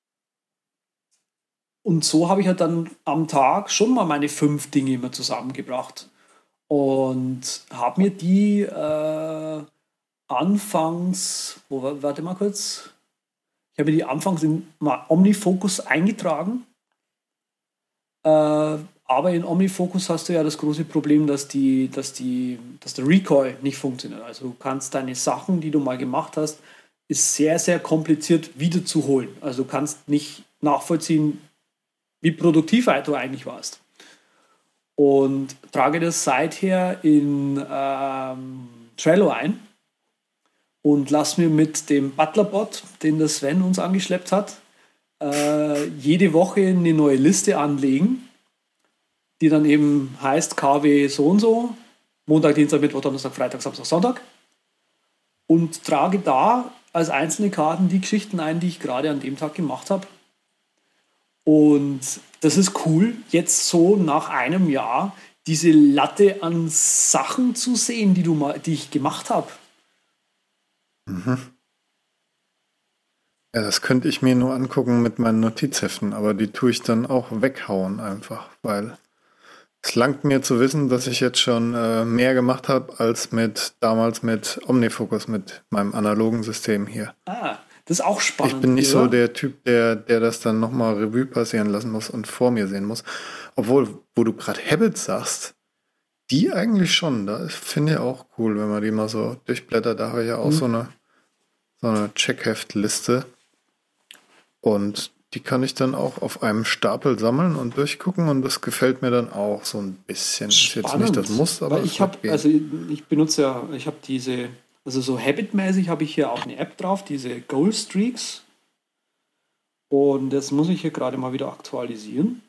und so habe ich halt dann am Tag schon mal meine fünf Dinge immer zusammengebracht. Und habe mir die äh, anfangs, wo, warte mal kurz, ich habe mir die anfangs in OmniFocus eingetragen. Äh, aber in OmniFocus hast du ja das große Problem, dass, die, dass, die, dass der Recall nicht funktioniert. Also du kannst deine Sachen, die du mal gemacht hast, ist sehr, sehr kompliziert wiederzuholen. Also du kannst nicht nachvollziehen, wie produktiv du eigentlich warst. Und trage das seither in ähm, Trello ein und lass mir mit dem Butlerbot, den der Sven uns angeschleppt hat, äh, jede Woche eine neue Liste anlegen, die dann eben heißt K W so und so, Montag, Dienstag, Mittwoch, Donnerstag, Freitag, Samstag, Sonntag, und trage da als einzelne Karten die Geschichten ein, die ich gerade an dem Tag gemacht habe. Und das ist cool, jetzt so nach einem Jahr diese Latte an Sachen zu sehen, die, du mal, die ich gemacht habe.
Mhm. Ja, das könnte ich mir nur angucken mit meinen Notizheften, aber die tue ich dann auch weghauen einfach, weil es langt mir zu wissen, dass ich jetzt schon äh, mehr gemacht habe als mit damals mit OmniFocus, mit meinem analogen System hier.
Ah, das ist auch spannend.
Ich bin nicht
oder?
so der Typ, der, der das dann nochmal Revue passieren lassen muss und vor mir sehen muss. Obwohl, wo du gerade Habits sagst, die eigentlich schon. Da finde ich auch cool, wenn man die mal so durchblättert. Da habe ich ja auch mhm. so eine, so eine Checkheftliste. Und die kann ich dann auch auf einem Stapel sammeln und durchgucken. Und das gefällt mir dann auch so ein bisschen. Ist jetzt nicht das Muss, aber
Weil ich habe, also ich benutze ja, ich habe diese, also so habitmäßig habe ich hier auch eine App drauf, diese Goal Streaks. Und das muss ich hier gerade mal wieder aktualisieren.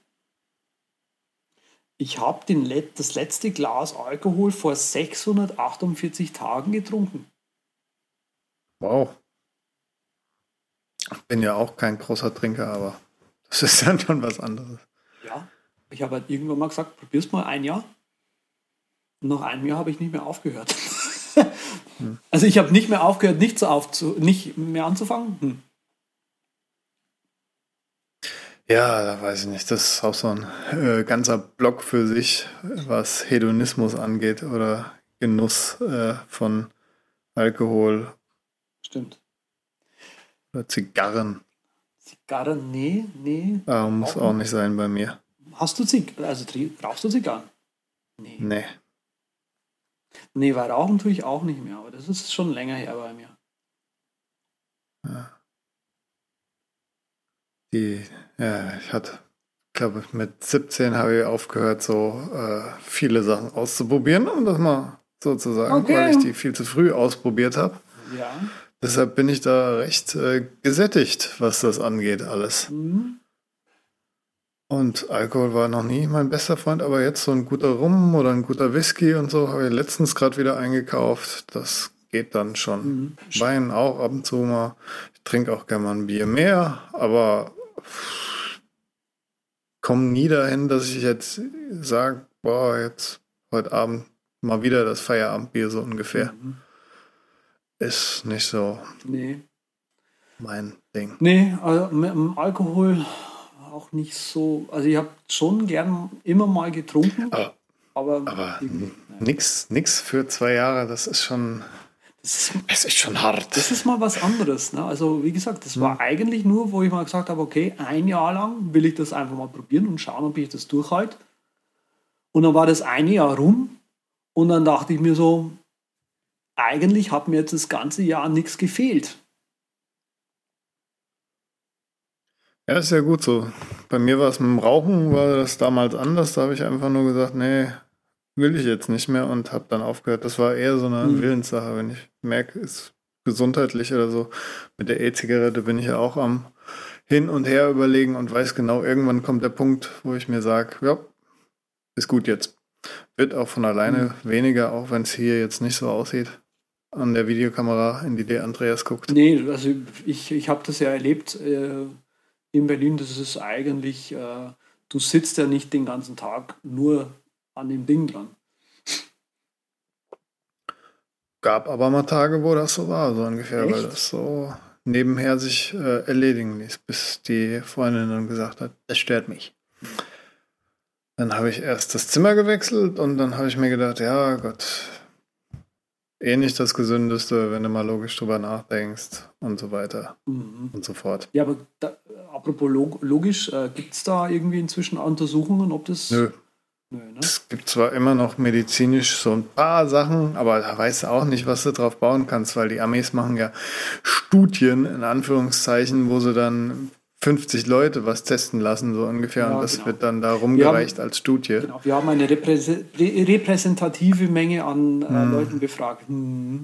Ich habe den Let- das letzte Glas Alkohol vor sechshundertachtundvierzig Tagen getrunken.
Wow. Ich bin ja auch kein großer Trinker, aber das ist dann schon was anderes.
Ja, ich habe halt irgendwann mal gesagt, probier's mal ein Jahr. Und nach einem Jahr habe ich nicht mehr aufgehört. hm. Also ich habe nicht mehr aufgehört, nicht, so aufzu- nicht mehr anzufangen. Hm.
Ja, da weiß ich nicht. Das ist auch so ein äh, ganzer Block für sich, was Hedonismus angeht oder Genuss äh, von Alkohol.
Stimmt.
Oder Zigarren.
Zigarren, nee, nee.
Ah, muss auch nicht sein bei mir.
Hast du Zigarren? Also rauchst du Zigarren? Nee.
Nee.
Nee, weil rauchen tue ich auch nicht mehr, aber das ist schon länger her bei mir.
Ja. Die, ja, ich hatte, glaube mit siebzehn habe ich aufgehört, so äh, viele Sachen auszuprobieren, um das mal so zu sagen,
okay.
weil ich die viel zu früh ausprobiert habe.
Ja.
Deshalb bin ich da recht äh, gesättigt, was das angeht, alles.
Mhm.
Und Alkohol war noch nie mein bester Freund, aber jetzt so ein guter Rum oder ein guter Whisky und so habe ich letztens gerade wieder eingekauft. Das geht dann schon.
Mhm.
Wein auch ab und zu mal. Ich trinke auch gerne mal ein Bier mehr, aber komme nie dahin, dass ich jetzt sage, boah, jetzt heute Abend mal wieder das Feierabendbier so ungefähr.
Mhm.
Ist nicht so
nee.
mein Ding.
Nee, also mit dem Alkohol auch nicht so. Also ich habe schon gern immer mal getrunken.
Aber
aber,
aber nix, nix für zwei Jahre, das ist schon,
das ist,
das ist schon hart.
Das ist mal was anderes. Ne? Also wie gesagt, das war hm. eigentlich nur, wo ich mal gesagt habe, okay, ein Jahr lang will ich das einfach mal probieren und schauen, ob ich das durchhalte. Und dann war das eine Jahr rum und dann dachte ich mir so, eigentlich hat mir jetzt das ganze Jahr nichts gefehlt.
Ja, ist ja gut so. Bei mir war es mit dem Rauchen, war das damals anders. Da habe ich einfach nur gesagt, nee, will ich jetzt nicht mehr und habe dann aufgehört. Das war eher so eine mhm. Willenssache, wenn ich merke, ist gesundheitlich oder so. Mit der E-Zigarette bin ich ja auch am Hin und Her überlegen und weiß genau, irgendwann kommt der Punkt, wo ich mir sage, ja, ist gut jetzt. Wird auch von alleine mhm. weniger, auch wenn es hier jetzt nicht so aussieht. An der Videokamera, in die der Andreas guckt.
Nee, also ich, ich habe das ja erlebt äh, in Berlin. Das ist eigentlich, äh, du sitzt ja nicht den ganzen Tag nur an dem Ding dran.
Gab aber mal Tage, wo das so war, so ungefähr,
Echt?
weil das so nebenher sich äh, erledigen ließ, bis die Freundin dann gesagt hat, das stört mich. Dann habe ich erst das Zimmer gewechselt und dann habe ich mir gedacht, ja Gott, eh nicht das Gesündeste, wenn du mal logisch drüber nachdenkst und so weiter mhm. und so fort.
Ja, aber da, apropos log- logisch, äh, gibt es da irgendwie inzwischen Untersuchungen, ob das...
Nö. Nö, ne? Es gibt zwar immer noch medizinisch so ein paar Sachen, aber da weißt du auch nicht, was du drauf bauen kannst, weil die Amis machen ja Studien, in Anführungszeichen, wo sie dann fünfzig Leute was testen lassen, so ungefähr, ja, und das genau. wird dann da rumgereicht haben, als Studie. Genau,
wir haben eine reprä- repräsentative Menge an äh, hm. Leuten befragt. Hm.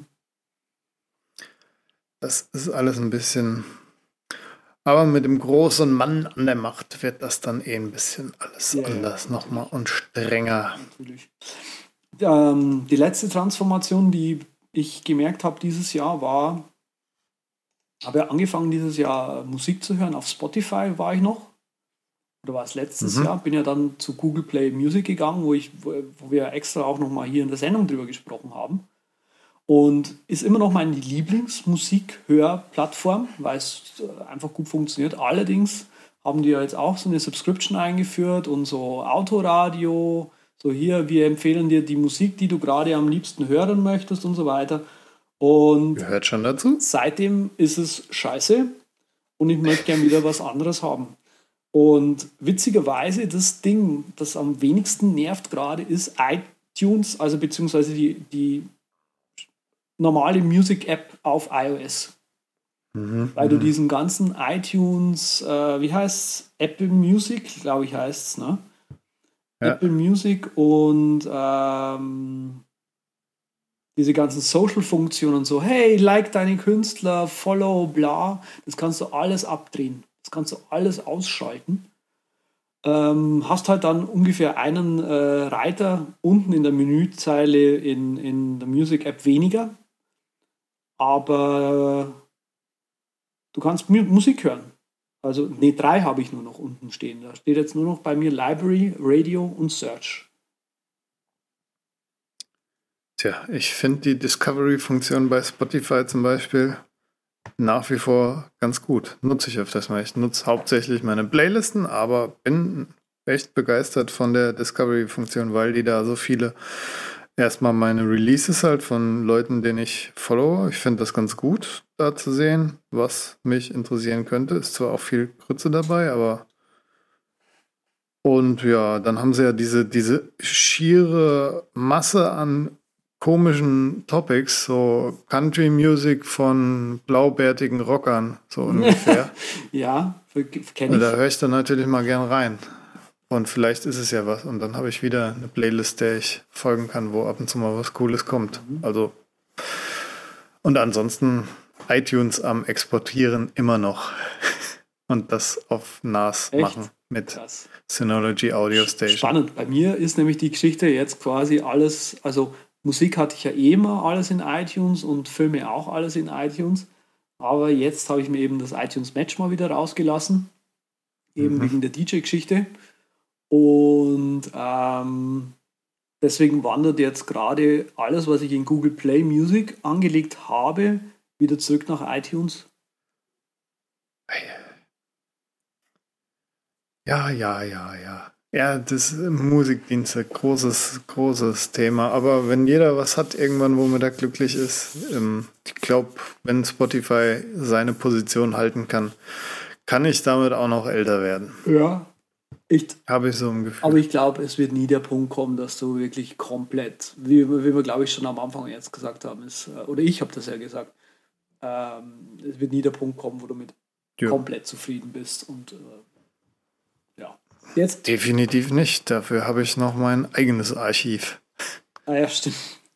Das ist alles ein bisschen... Aber mit dem großen Mann an der Macht wird das dann eh ein bisschen alles ja, anders ja, nochmal und strenger.
Natürlich. Ähm, die letzte Transformation, die ich gemerkt habe dieses Jahr, war, habe ja angefangen dieses Jahr Musik zu hören. Auf Spotify war ich noch. Oder war es letztes mhm. Jahr? Bin ja dann zu Google Play Music gegangen, wo, ich, wo, wo wir extra auch nochmal hier in der Sendung drüber gesprochen haben. Und ist immer noch meine Lieblingsmusik-Hörplattform, weil es einfach gut funktioniert. Allerdings haben die ja jetzt auch so eine Subscription eingeführt und so Autoradio, so hier, wir empfehlen dir die Musik, die du gerade am liebsten hören möchtest und so weiter. Und
gehört schon dazu.
Seitdem ist es scheiße und ich möchte gerne wieder was anderes haben. Und witzigerweise, das Ding, das am wenigsten nervt gerade, ist iTunes, also beziehungsweise die, die normale Music-App auf iOS. Mhm, Weil du diesen ganzen iTunes, äh, wie heißt es? Apple Music, glaube ich, heißt es, ne? Ja. Apple Music und ähm, diese ganzen Social-Funktionen und so, hey, like deine Künstler, follow, bla, das kannst du alles abdrehen. Das kannst du alles ausschalten. Ähm, hast halt dann ungefähr einen äh, Reiter unten in der Menüzeile in, in der Music-App weniger. Aber du kannst mu- Musik hören. Also, ne, drei habe ich nur noch unten stehen. Da steht jetzt nur noch bei mir Library, Radio und Search.
Tja, ich finde die Discovery-Funktion bei Spotify zum Beispiel nach wie vor ganz gut. Nutze ich öfters mal. Ich nutze hauptsächlich meine Playlisten, aber bin echt begeistert von der Discovery-Funktion, weil die da so viele erstmal meine Releases halt von Leuten, denen ich follow. Ich finde das ganz gut, da zu sehen, was mich interessieren könnte. Ist zwar auch viel Grütze dabei, aber und ja, dann haben sie ja diese, diese schiere Masse an komischen Topics, so Country Music von blaubärtigen Rockern, so ungefähr.
Ja, kenne ich.
Da höre ich dann natürlich mal gern rein. Und vielleicht ist es ja was. Und dann habe ich wieder eine Playlist, der ich folgen kann, wo ab und zu mal was Cooles kommt. Mhm. Also, und ansonsten iTunes am Exportieren immer noch. Und das auf N A S Echt? machen mit Krass. Synology Audio Station.
Spannend. Bei mir ist nämlich die Geschichte jetzt quasi alles, also Musik hatte ich ja eh immer alles in iTunes und Filme auch alles in iTunes. Aber jetzt habe ich mir eben das iTunes Match mal wieder rausgelassen. Eben mhm. wegen der D J-Geschichte. Und ähm, deswegen wandert jetzt gerade alles, was ich in Google Play Music angelegt habe, wieder zurück nach iTunes.
Ja, ja, ja, ja. Ja, das Musikdienste, großes, großes Thema. Aber wenn jeder was hat irgendwann, womit er glücklich ist, ähm, ich glaube, wenn Spotify seine Position halten kann, kann ich damit auch noch älter werden.
Ja. Ich,
Habe ich so ein Gefühl.
aber ich glaube, es wird nie der Punkt kommen, dass du wirklich komplett, wie, wie wir glaube ich schon am Anfang jetzt gesagt haben, ist, äh, oder ich habe das ja gesagt, ähm, es wird nie der Punkt kommen, wo du mit
Ja.
komplett zufrieden bist. Und äh, ja, jetzt.
Definitiv nicht. Dafür habe ich noch mein eigenes Archiv.
Ah ja, stimmt.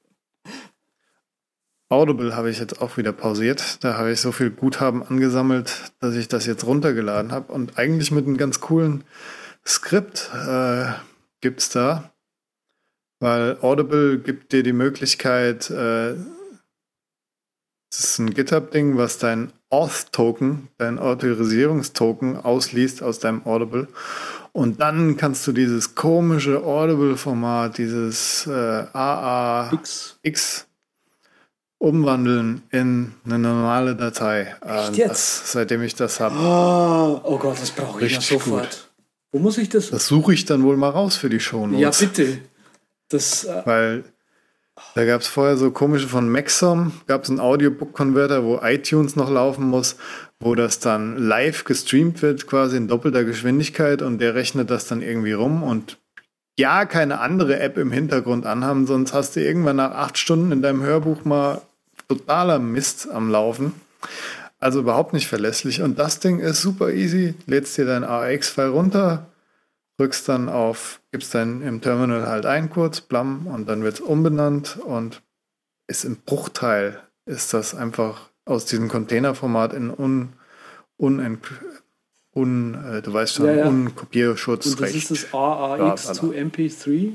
Audible habe ich jetzt auch wieder pausiert. Da habe ich so viel Guthaben angesammelt, dass ich das jetzt runtergeladen habe. Und eigentlich mit einem ganz coolen Skript äh, gibt es da. Weil Audible gibt dir die Möglichkeit, äh, das ist ein GitHub-Ding, was dein Auth-Token, dein Autorisierungstoken ausliest aus deinem Audible. Und dann kannst du dieses komische Audible-Format, dieses äh, A A X umwandeln in eine normale Datei.
Echt
Äh,
jetzt?
das, seitdem ich das habe.
Oh, oh Gott, das brauche ich ja
Richtig
sofort.
gut.
Wo muss ich das?
Das suche ich dann wohl mal raus für die
Ja,
Shownotes.
bitte. Das, äh,
Weil da gab es vorher so komische von Maxom, gab es einen Audiobook-Converter, wo iTunes noch laufen muss, wo das dann live gestreamt wird, quasi in doppelter Geschwindigkeit und der rechnet das dann irgendwie rum und ja, keine andere App im Hintergrund anhaben, sonst hast du irgendwann nach acht Stunden in deinem Hörbuch mal totaler Mist am Laufen. Also überhaupt nicht verlässlich. Und das Ding ist super easy. Lädst dir dein A X-File runter, drückst dann auf, gibst dann im Terminal halt ein kurz, blam, und dann wird es umbenannt und ist im Bruchteil, ist das einfach aus diesem Containerformat in un, un, un äh, du weißt schon,
Ja, ja.
Unkopierschutzrecht.
und das ist das A A X to M P drei.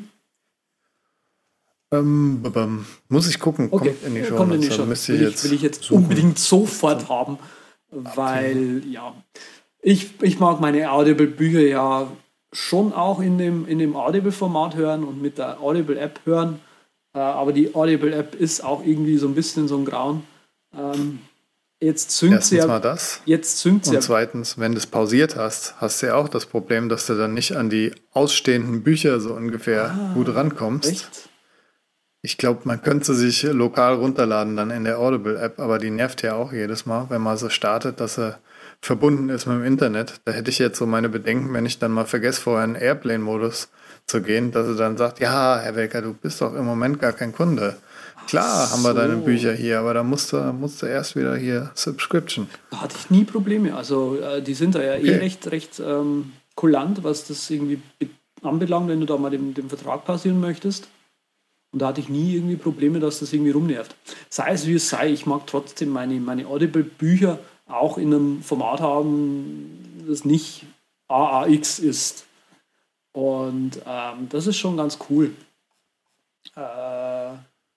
Ähm, babam. Muss ich gucken,
Okay,
kommt in die
ja,
Show.
kommt in die
Notes,
Show.
dann müsst
Will
ihr
ich,
jetzt
will ich jetzt
suchen.
unbedingt sofort haben, weil, ja, ich, ich mag meine Audible-Bücher ja schon auch in dem, in dem Audible-Format hören und mit der Audible-App hören, äh, aber die Audible-App ist auch irgendwie so ein bisschen so ein Grauen. Ähm, jetzt synkt sie
Erstens mal
ja,
das.
jetzt synkt sie
Und
ja,
zweitens, wenn du es pausiert hast, hast du ja auch das Problem, dass du dann nicht an die ausstehenden Bücher so ungefähr
Ah,
gut rankommst.
echt?
Ich glaube, man könnte sich lokal runterladen dann in der Audible-App, aber die nervt ja auch jedes Mal, wenn man so startet, dass sie verbunden ist mit dem Internet. Da hätte ich jetzt so meine Bedenken, wenn ich dann mal vergesse, vorher in Airplane-Modus zu gehen, dass sie dann sagt, ja, Herr Welker, du bist doch im Moment gar kein Kunde. Klar haben wir
so.
deine Bücher hier, aber da musst du, musst du erst wieder hier Subscription.
Da hatte ich nie Probleme. Also äh, die sind da ja
Okay.
eh recht, recht ähm, kulant, was das irgendwie be- anbelangt, wenn du da mal den, den Vertrag pausieren möchtest. Und da hatte ich nie irgendwie Probleme, dass das irgendwie rumnervt. Sei es wie es sei, ich mag trotzdem meine, meine Audible-Bücher auch in einem Format haben, das nicht A A X ist. Und ähm, das ist schon ganz cool. Äh,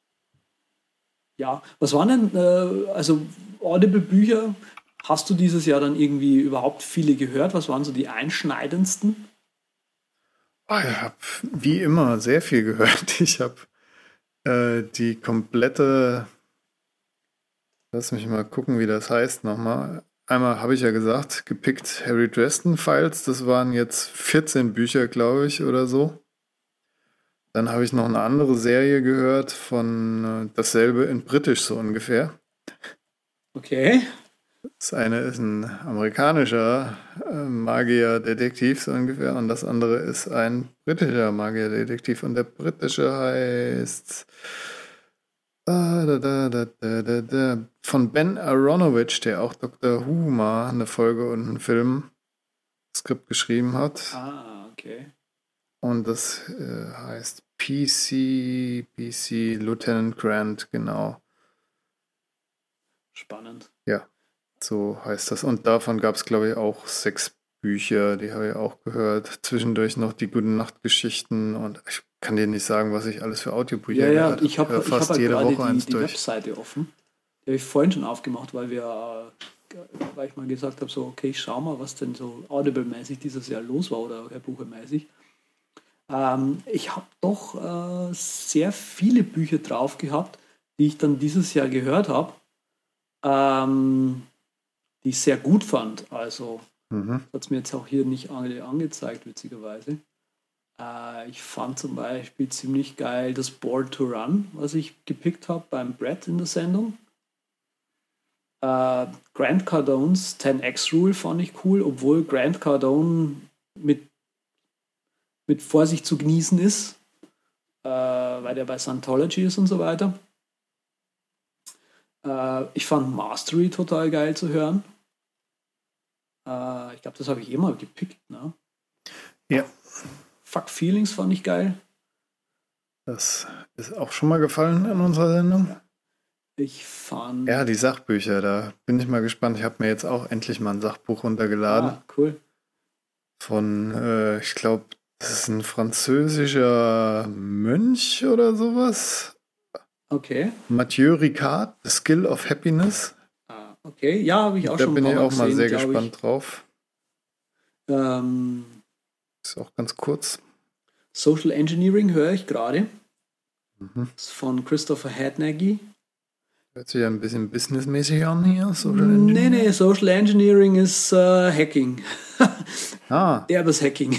ja, was waren denn, äh, also Audible-Bücher, hast du dieses Jahr dann irgendwie überhaupt viele gehört? Was waren so die einschneidendsten?
Oh, ich habe wie immer sehr viel gehört. Ich habe äh, die komplette, lass mich mal gucken, wie das heißt nochmal. Einmal habe ich ja gesagt, gepickt Harry Dresden Files. Das waren jetzt vierzehn Bücher, glaube ich, oder so. Dann habe ich noch eine andere Serie gehört von äh, dasselbe in Britisch so ungefähr.
Okay.
Das eine ist ein amerikanischer äh, Magier-Detektiv so ungefähr und das andere ist ein britischer Magier-Detektiv und der britische heißt ah, da, da, da, da, da, da, von Ben Aronovich, der auch Doctor Who mal eine Folge und einen Film Skript geschrieben hat.
Ah, okay.
Und das äh, heißt P C, P C Lieutenant Grant, genau.
Spannend.
Ja, so heißt das. Und davon gab es, glaube ich, auch sechs Bücher, die habe ich auch gehört. Zwischendurch noch die Gute-Nacht-Geschichten und ich kann dir nicht sagen, was ich alles für Audiobücher
Ja, ja,
gehört
ich habe
höre
ich hab
fast
halt
jede
gerade
Woche
die,
eins
die
durch.
Webseite offen. Die habe ich vorhin schon aufgemacht, weil wir, äh, weil ich mal gesagt habe, so, okay, ich schau mal, was denn so Audible-mäßig dieses Jahr los war oder Hörbuche-mäßig. Ähm, ich habe doch äh, sehr viele Bücher drauf gehabt, die ich dann dieses Jahr gehört habe, ähm, die ich sehr gut fand. Also
Mhm.
hat es mir jetzt auch hier nicht ange angezeigt, witzigerweise. Äh, ich fand zum Beispiel ziemlich geil das Board to Run, was ich gepickt habe beim Brett in der Sendung. Äh, Grant Cardones ten X Rule fand ich cool, obwohl Grant Cardone mit, mit Vorsicht zu genießen ist, äh, weil der bei Scientology ist und so weiter. Äh, ich fand Mastery total geil zu hören. Äh, ich glaube, das habe ich eh mal gepickt. Ne?
Ja.
Fuck Feelings fand ich geil.
Das ist auch schon mal gefallen in unserer Sendung.
Ich fand...
Ja, die Sachbücher, da bin ich mal gespannt. Ich habe mir jetzt auch endlich mal ein Sachbuch runtergeladen.
Ah, cool.
Von, äh, ich glaube, das ist ein französischer Mönch oder sowas.
Okay.
Mathieu Ricard, The Skill of Happiness.
Ah, okay. Ja, habe ich auch
da
schon
bin
ein
ich
paar
auch
Mal
mal
gesehen,
sehr
glaub
gespannt
ich.
drauf.
Ähm,
Ist auch ganz kurz.
Social Engineering höre ich gerade.
Mhm.
Das ist von Christopher Hadnagy.
Hört sich ja ein bisschen businessmäßig an hier. Social
Nee,
Engineering.
nee, Social Engineering ist äh, Hacking.
Ah,
Derbes Hacking.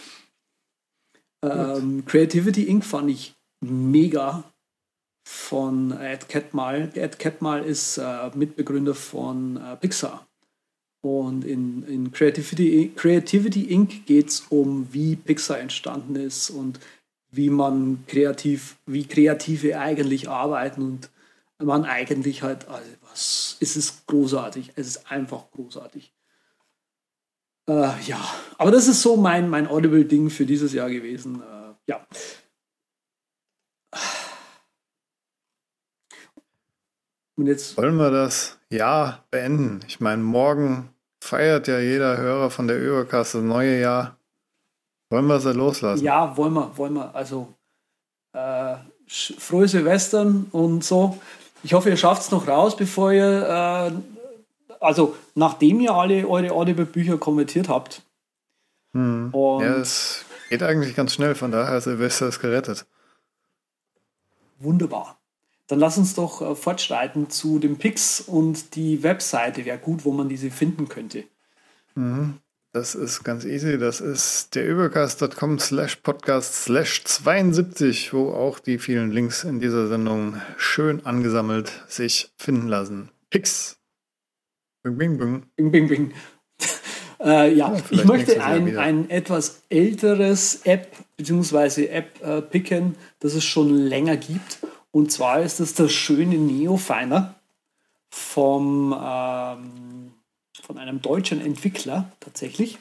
ähm, Creativity Incorporated fand ich mega von Ed Catmull. Ed Catmull ist äh, Mitbegründer von äh, Pixar. Und in, in Creativity, Creativity Incorporated geht es um, wie Pixar entstanden ist und wie man kreativ, wie Kreative eigentlich arbeiten und man eigentlich halt, also was, es ist großartig, es ist einfach großartig. Äh, ja, aber das ist so mein, mein Audible-Ding für dieses Jahr gewesen. Äh, ja. Und jetzt
wollen wir das Jahr beenden? Ich meine, morgen feiert ja jeder Hörer von der Übercast das neue Jahr. Wollen wir es ja loslassen?
Ja, wollen wir, wollen wir. Also äh, frohe Silvestern und so. Ich hoffe, ihr schafft es noch raus, bevor ihr, äh, also nachdem ihr alle eure Audible-Bücher konvertiert habt.
Hm.
Und
Ja, es geht eigentlich ganz schnell, von daher ist Silvester ist gerettet.
Wunderbar. Dann lass uns doch äh, fortschreiten zu den Picks und die Webseite wäre gut, wo man diese finden könnte.
Mhm. Das ist ganz easy. Das ist der übercast.com slash podcast slash 72, wo auch die vielen Links in dieser Sendung schön angesammelt sich finden lassen. Pix. Bing, bing, bing.
Bing, bing, bing. äh, ja,
Ja,
ich
vielleicht
möchte
nächstes Jahr
ein,
wieder.
ein etwas älteres App bzw. App äh, picken, das es schon länger gibt. Und zwar ist das der schöne Neofinder vom ähm, von einem deutschen Entwickler tatsächlich.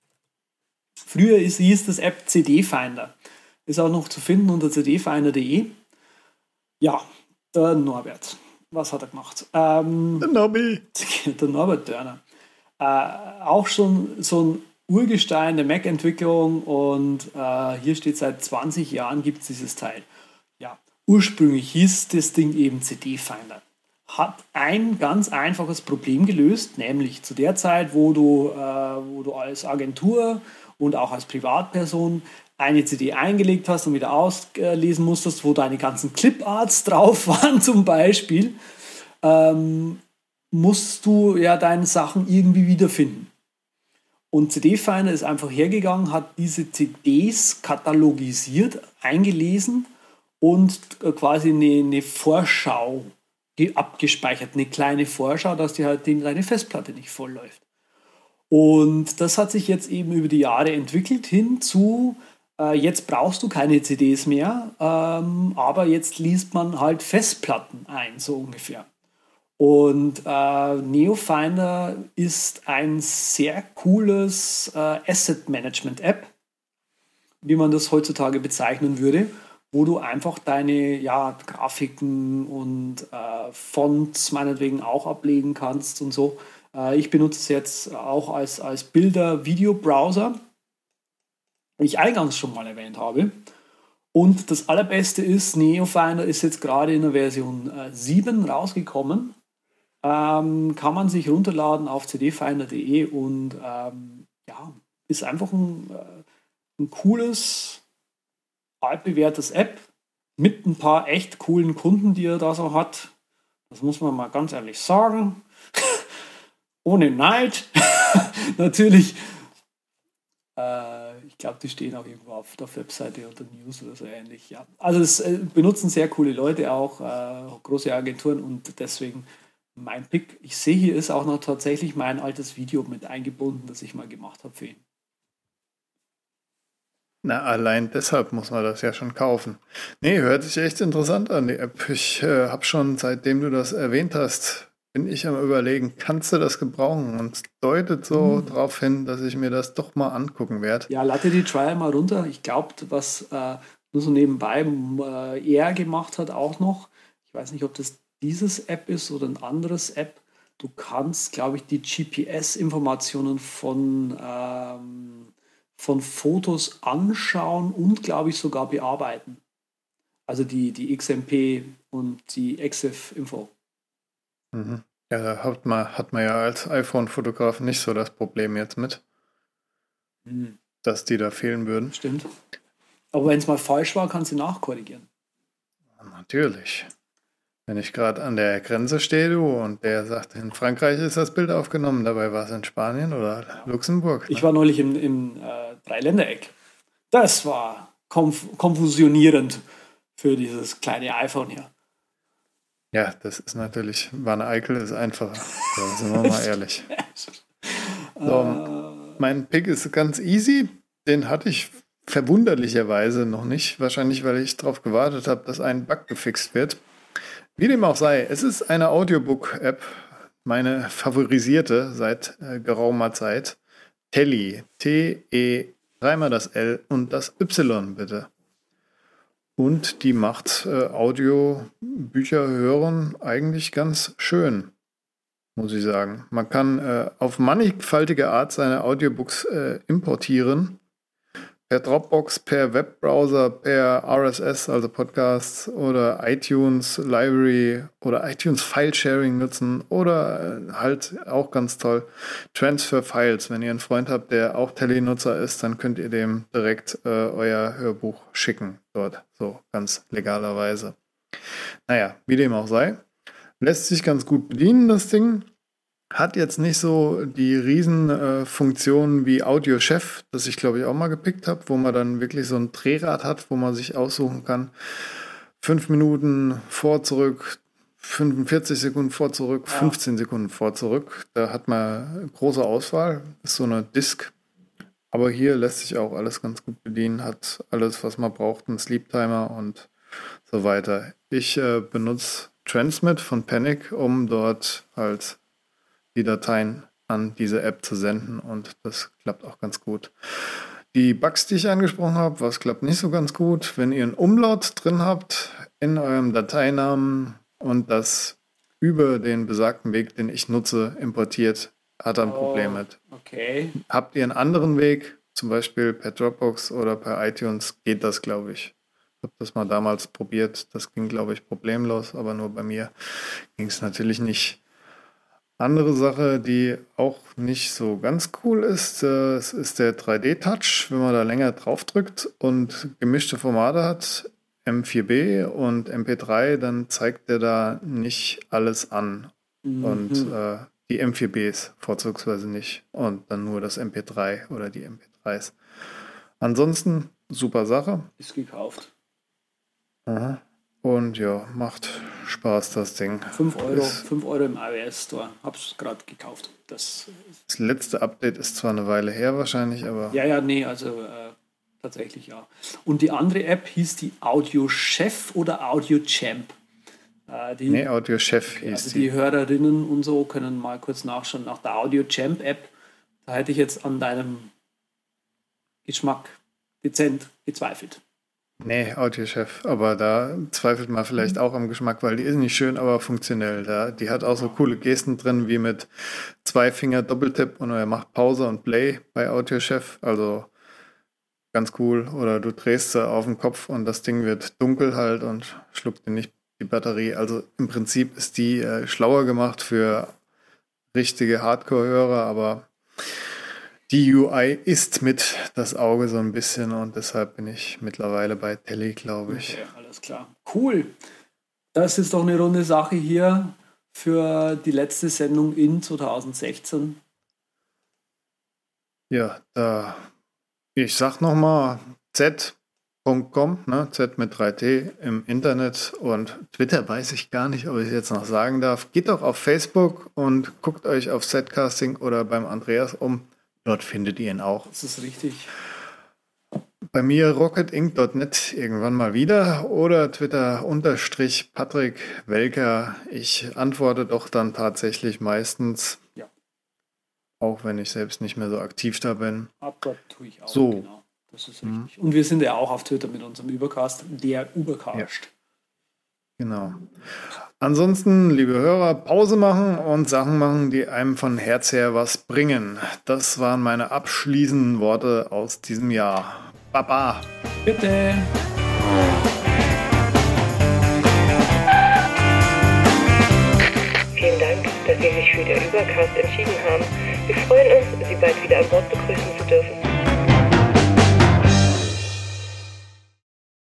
Früher ist, hieß das App C D Finder. Ist auch noch zu finden unter c d finder punkt de. Ja, der Norbert. Was hat er gemacht? Ähm,
Der Nobby.
der Norbert Dörner. Äh, auch schon so ein Urgestein der Mac-Entwicklung und äh, hier steht, seit zwanzig Jahren gibt es dieses Teil. Ja, ursprünglich hieß das Ding eben C D Finder. Hat ein ganz einfaches Problem gelöst, nämlich zu der Zeit, wo du, äh, wo du als Agentur und auch als Privatperson eine C D eingelegt hast und wieder auslesen musstest, wo deine ganzen Cliparts drauf waren zum Beispiel, ähm, musst du ja deine Sachen irgendwie wiederfinden. Und C D Finder ist einfach hergegangen, hat diese C Ds katalogisiert, eingelesen und äh, quasi eine, eine Vorschau abgespeichert, eine kleine Vorschau, dass dir halt deine Festplatte nicht vollläuft. Und das hat sich jetzt eben über die Jahre entwickelt hin zu, äh, jetzt brauchst du keine C Ds mehr, ähm, aber jetzt liest man halt Festplatten ein, so ungefähr. Und äh, Neofinder ist ein sehr cooles äh, Asset-Management-App, wie man das heutzutage bezeichnen würde, wo du einfach deine ja, Grafiken und äh, Fonts meinetwegen auch ablegen kannst und so. Äh, ich benutze es jetzt auch als, als Bilder-Video-Browser, wie ich eingangs schon mal erwähnt habe. Und das Allerbeste ist, Neofinder ist jetzt gerade in der Version äh, sieben rausgekommen. Ähm, kann man sich runterladen auf c d finder punkt de und ähm, ja, ist einfach ein, äh, ein cooles, altbewährtes App mit ein paar echt coolen Kunden, die er da so hat. Das muss man mal ganz ehrlich sagen. Ohne Neid. Natürlich. Äh, ich Ich glaube, die stehen auch irgendwo auf der Webseite unter News oder so ähnlich. Ja. Also das äh, benutzen sehr coole Leute auch, äh, große Agenturen und deswegen mein Pick. Ich sehe, hier ist auch noch tatsächlich mein altes Video mit eingebunden, das ich mal gemacht habe für ihn.
Na, allein deshalb muss man das ja schon kaufen. Nee, hört sich echt interessant an, die App. Ich äh, habe schon, seitdem du das erwähnt hast, bin ich am Überlegen, kannst du das gebrauchen? Und es deutet so
Mhm.
darauf hin, dass ich mir das doch mal angucken werde.
Ja, lade die Trial mal runter. Ich glaube, was äh, nur so nebenbei äh, er gemacht hat auch noch, ich weiß nicht, ob das dieses App ist oder ein anderes App, du kannst, glaube ich, die G P S-Informationen von, ähm, von Fotos anschauen und, glaube ich, sogar bearbeiten. Also die, die X M P und die EXIF-Info.
Mhm. Ja, da hat man, hat man ja als iPhone-Fotograf nicht so das Problem jetzt mit,
Hm,
dass die da fehlen würden.
stimmt. Aber wenn es mal falsch war, kannst du nachkorrigieren.
Natürlich. Wenn ich gerade an der Grenze stehe, du, und der sagt, in Frankreich ist das Bild aufgenommen, dabei war es in Spanien oder Luxemburg.
Ich
Ne?
war neulich im, im äh, Dreiländereck. Das war konf konfusionierend für dieses kleine iPhone hier.
Ja, das ist natürlich, Wanne Eickel ist einfacher. Da sind wir mal ehrlich. So, mein Pick ist ganz easy. Den hatte ich verwunderlicherweise noch nicht. Wahrscheinlich, weil ich darauf gewartet habe, dass ein Bug gefixt wird. Wie dem auch sei, es ist eine Audiobook-App, meine favorisierte seit äh, geraumer Zeit. Telly, T E, dreimal das L und das Y, bitte. Und die macht äh, Audiobücher hören eigentlich ganz schön, muss ich sagen. Man kann äh, auf mannigfaltige Art seine Audiobooks äh, importieren. Per Dropbox, per Webbrowser, per R S S, also Podcasts oder iTunes Library oder iTunes File Sharing nutzen oder äh, halt auch ganz toll Transfer Files. Wenn ihr einen Freund habt, der auch Telly-Nutzer ist, dann könnt ihr dem direkt äh, euer Hörbuch schicken dort, so ganz legalerweise. Naja, wie dem auch sei, lässt sich ganz gut bedienen, das Ding. Hat jetzt nicht so die Riesenfunktionen äh, wie Audio Chef, das ich glaube ich auch mal gepickt habe, wo man dann wirklich so ein Drehrad hat, wo man sich aussuchen kann, fünf Minuten vor, zurück, fünfundvierzig Sekunden vor, zurück, fünfzehn Sekunden vor, zurück. Da hat man große Auswahl, ist so eine Disk. Aber hier lässt sich auch alles ganz gut bedienen, hat alles, was man braucht, einen Sleep Timer und so weiter. Ich äh, benutze Transmit von Panic, um dort halt die Dateien an diese App zu senden und das klappt auch ganz gut. Die Bugs, die ich angesprochen habe, was klappt nicht so ganz gut, wenn ihr einen Umlaut drin habt in eurem Dateinamen und das über den besagten Weg, den ich nutze, importiert, hat er ein Problem mit.
Okay.
Habt ihr einen anderen Weg, zum Beispiel per Dropbox oder per iTunes, geht das, glaube ich. Ich habe das mal damals probiert, das ging, glaube ich, problemlos, aber nur bei mir ging es natürlich nicht. Andere Sache, die auch nicht so ganz cool ist, äh, es ist der drei D-Touch. Wenn man da länger drauf drückt und gemischte Formate hat, M vier B und M P drei, dann zeigt der da nicht alles an.
Mhm.
Und äh, die M vier Bs vorzugsweise nicht. Und dann nur das M P drei oder die M P dreis. Ansonsten super Sache.
Ist gekauft.
Aha. Und ja, macht Spaß, das Ding.
fünf Euro,
Ist,
fünf Euro im iOS Store. Hab's gerade gekauft. Das,
das letzte Update ist zwar eine Weile her wahrscheinlich, aber
ja, ja, nee, also äh, tatsächlich ja. Und die andere App hieß die Audio Chef oder Audio Champ. Äh, die,
nee, Audio Chef
okay,
hieß
also
die.
die Hörerinnen und so können mal kurz nachschauen nach der Audio Champ App. Da hätte ich jetzt an deinem Geschmack dezent gezweifelt.
Nee, Audiochef, aber da zweifelt man vielleicht auch am Geschmack, weil die ist nicht schön, aber funktionell. Da, die hat auch so coole Gesten drin, wie mit zwei Finger Doppeltipp und er macht Pause und Play bei Audiochef, also ganz cool. Oder du drehst sie auf den Kopf und das Ding wird dunkel halt und schluckt dir nicht die Batterie. Also im Prinzip ist die äh, schlauer gemacht für richtige Hardcore-Hörer, aber die U I ist mit das Auge so ein bisschen und deshalb bin ich mittlerweile bei Telly, glaube ich.
Okay, alles klar. Cool. Das ist doch eine runde Sache hier für die letzte Sendung in zwanzig sechzehn.
Ja, da Ich sag nochmal z punkt com, ne? Z mit drei T im Internet, und Twitter weiß ich gar nicht, ob ich es jetzt noch sagen darf. Geht doch auf Facebook und guckt euch auf Setcasting oder beim Andreas um. Dort findet ihr ihn auch.
Das ist richtig.
Bei mir rocket inc punkt net irgendwann mal wieder oder Twitter unterstrich Patrick Welker. Ich antworte doch dann tatsächlich meistens,
Ja.
auch wenn ich selbst nicht mehr so aktiv da bin.
Upload tue ich auch.
So.
Genau. Das ist richtig. Und wir sind ja auch auf Twitter mit unserem Übercast, der Übercast.
Ja. Genau. Ansonsten, liebe Hörer, Pause machen und Sachen machen, die einem von Herz her was bringen. Das waren meine abschließenden Worte aus diesem Jahr. Baba!
Bitte!
Vielen Dank, dass Sie sich für den Übercast entschieden haben. Wir freuen uns, Sie bald wieder an Bord begrüßen zu dürfen.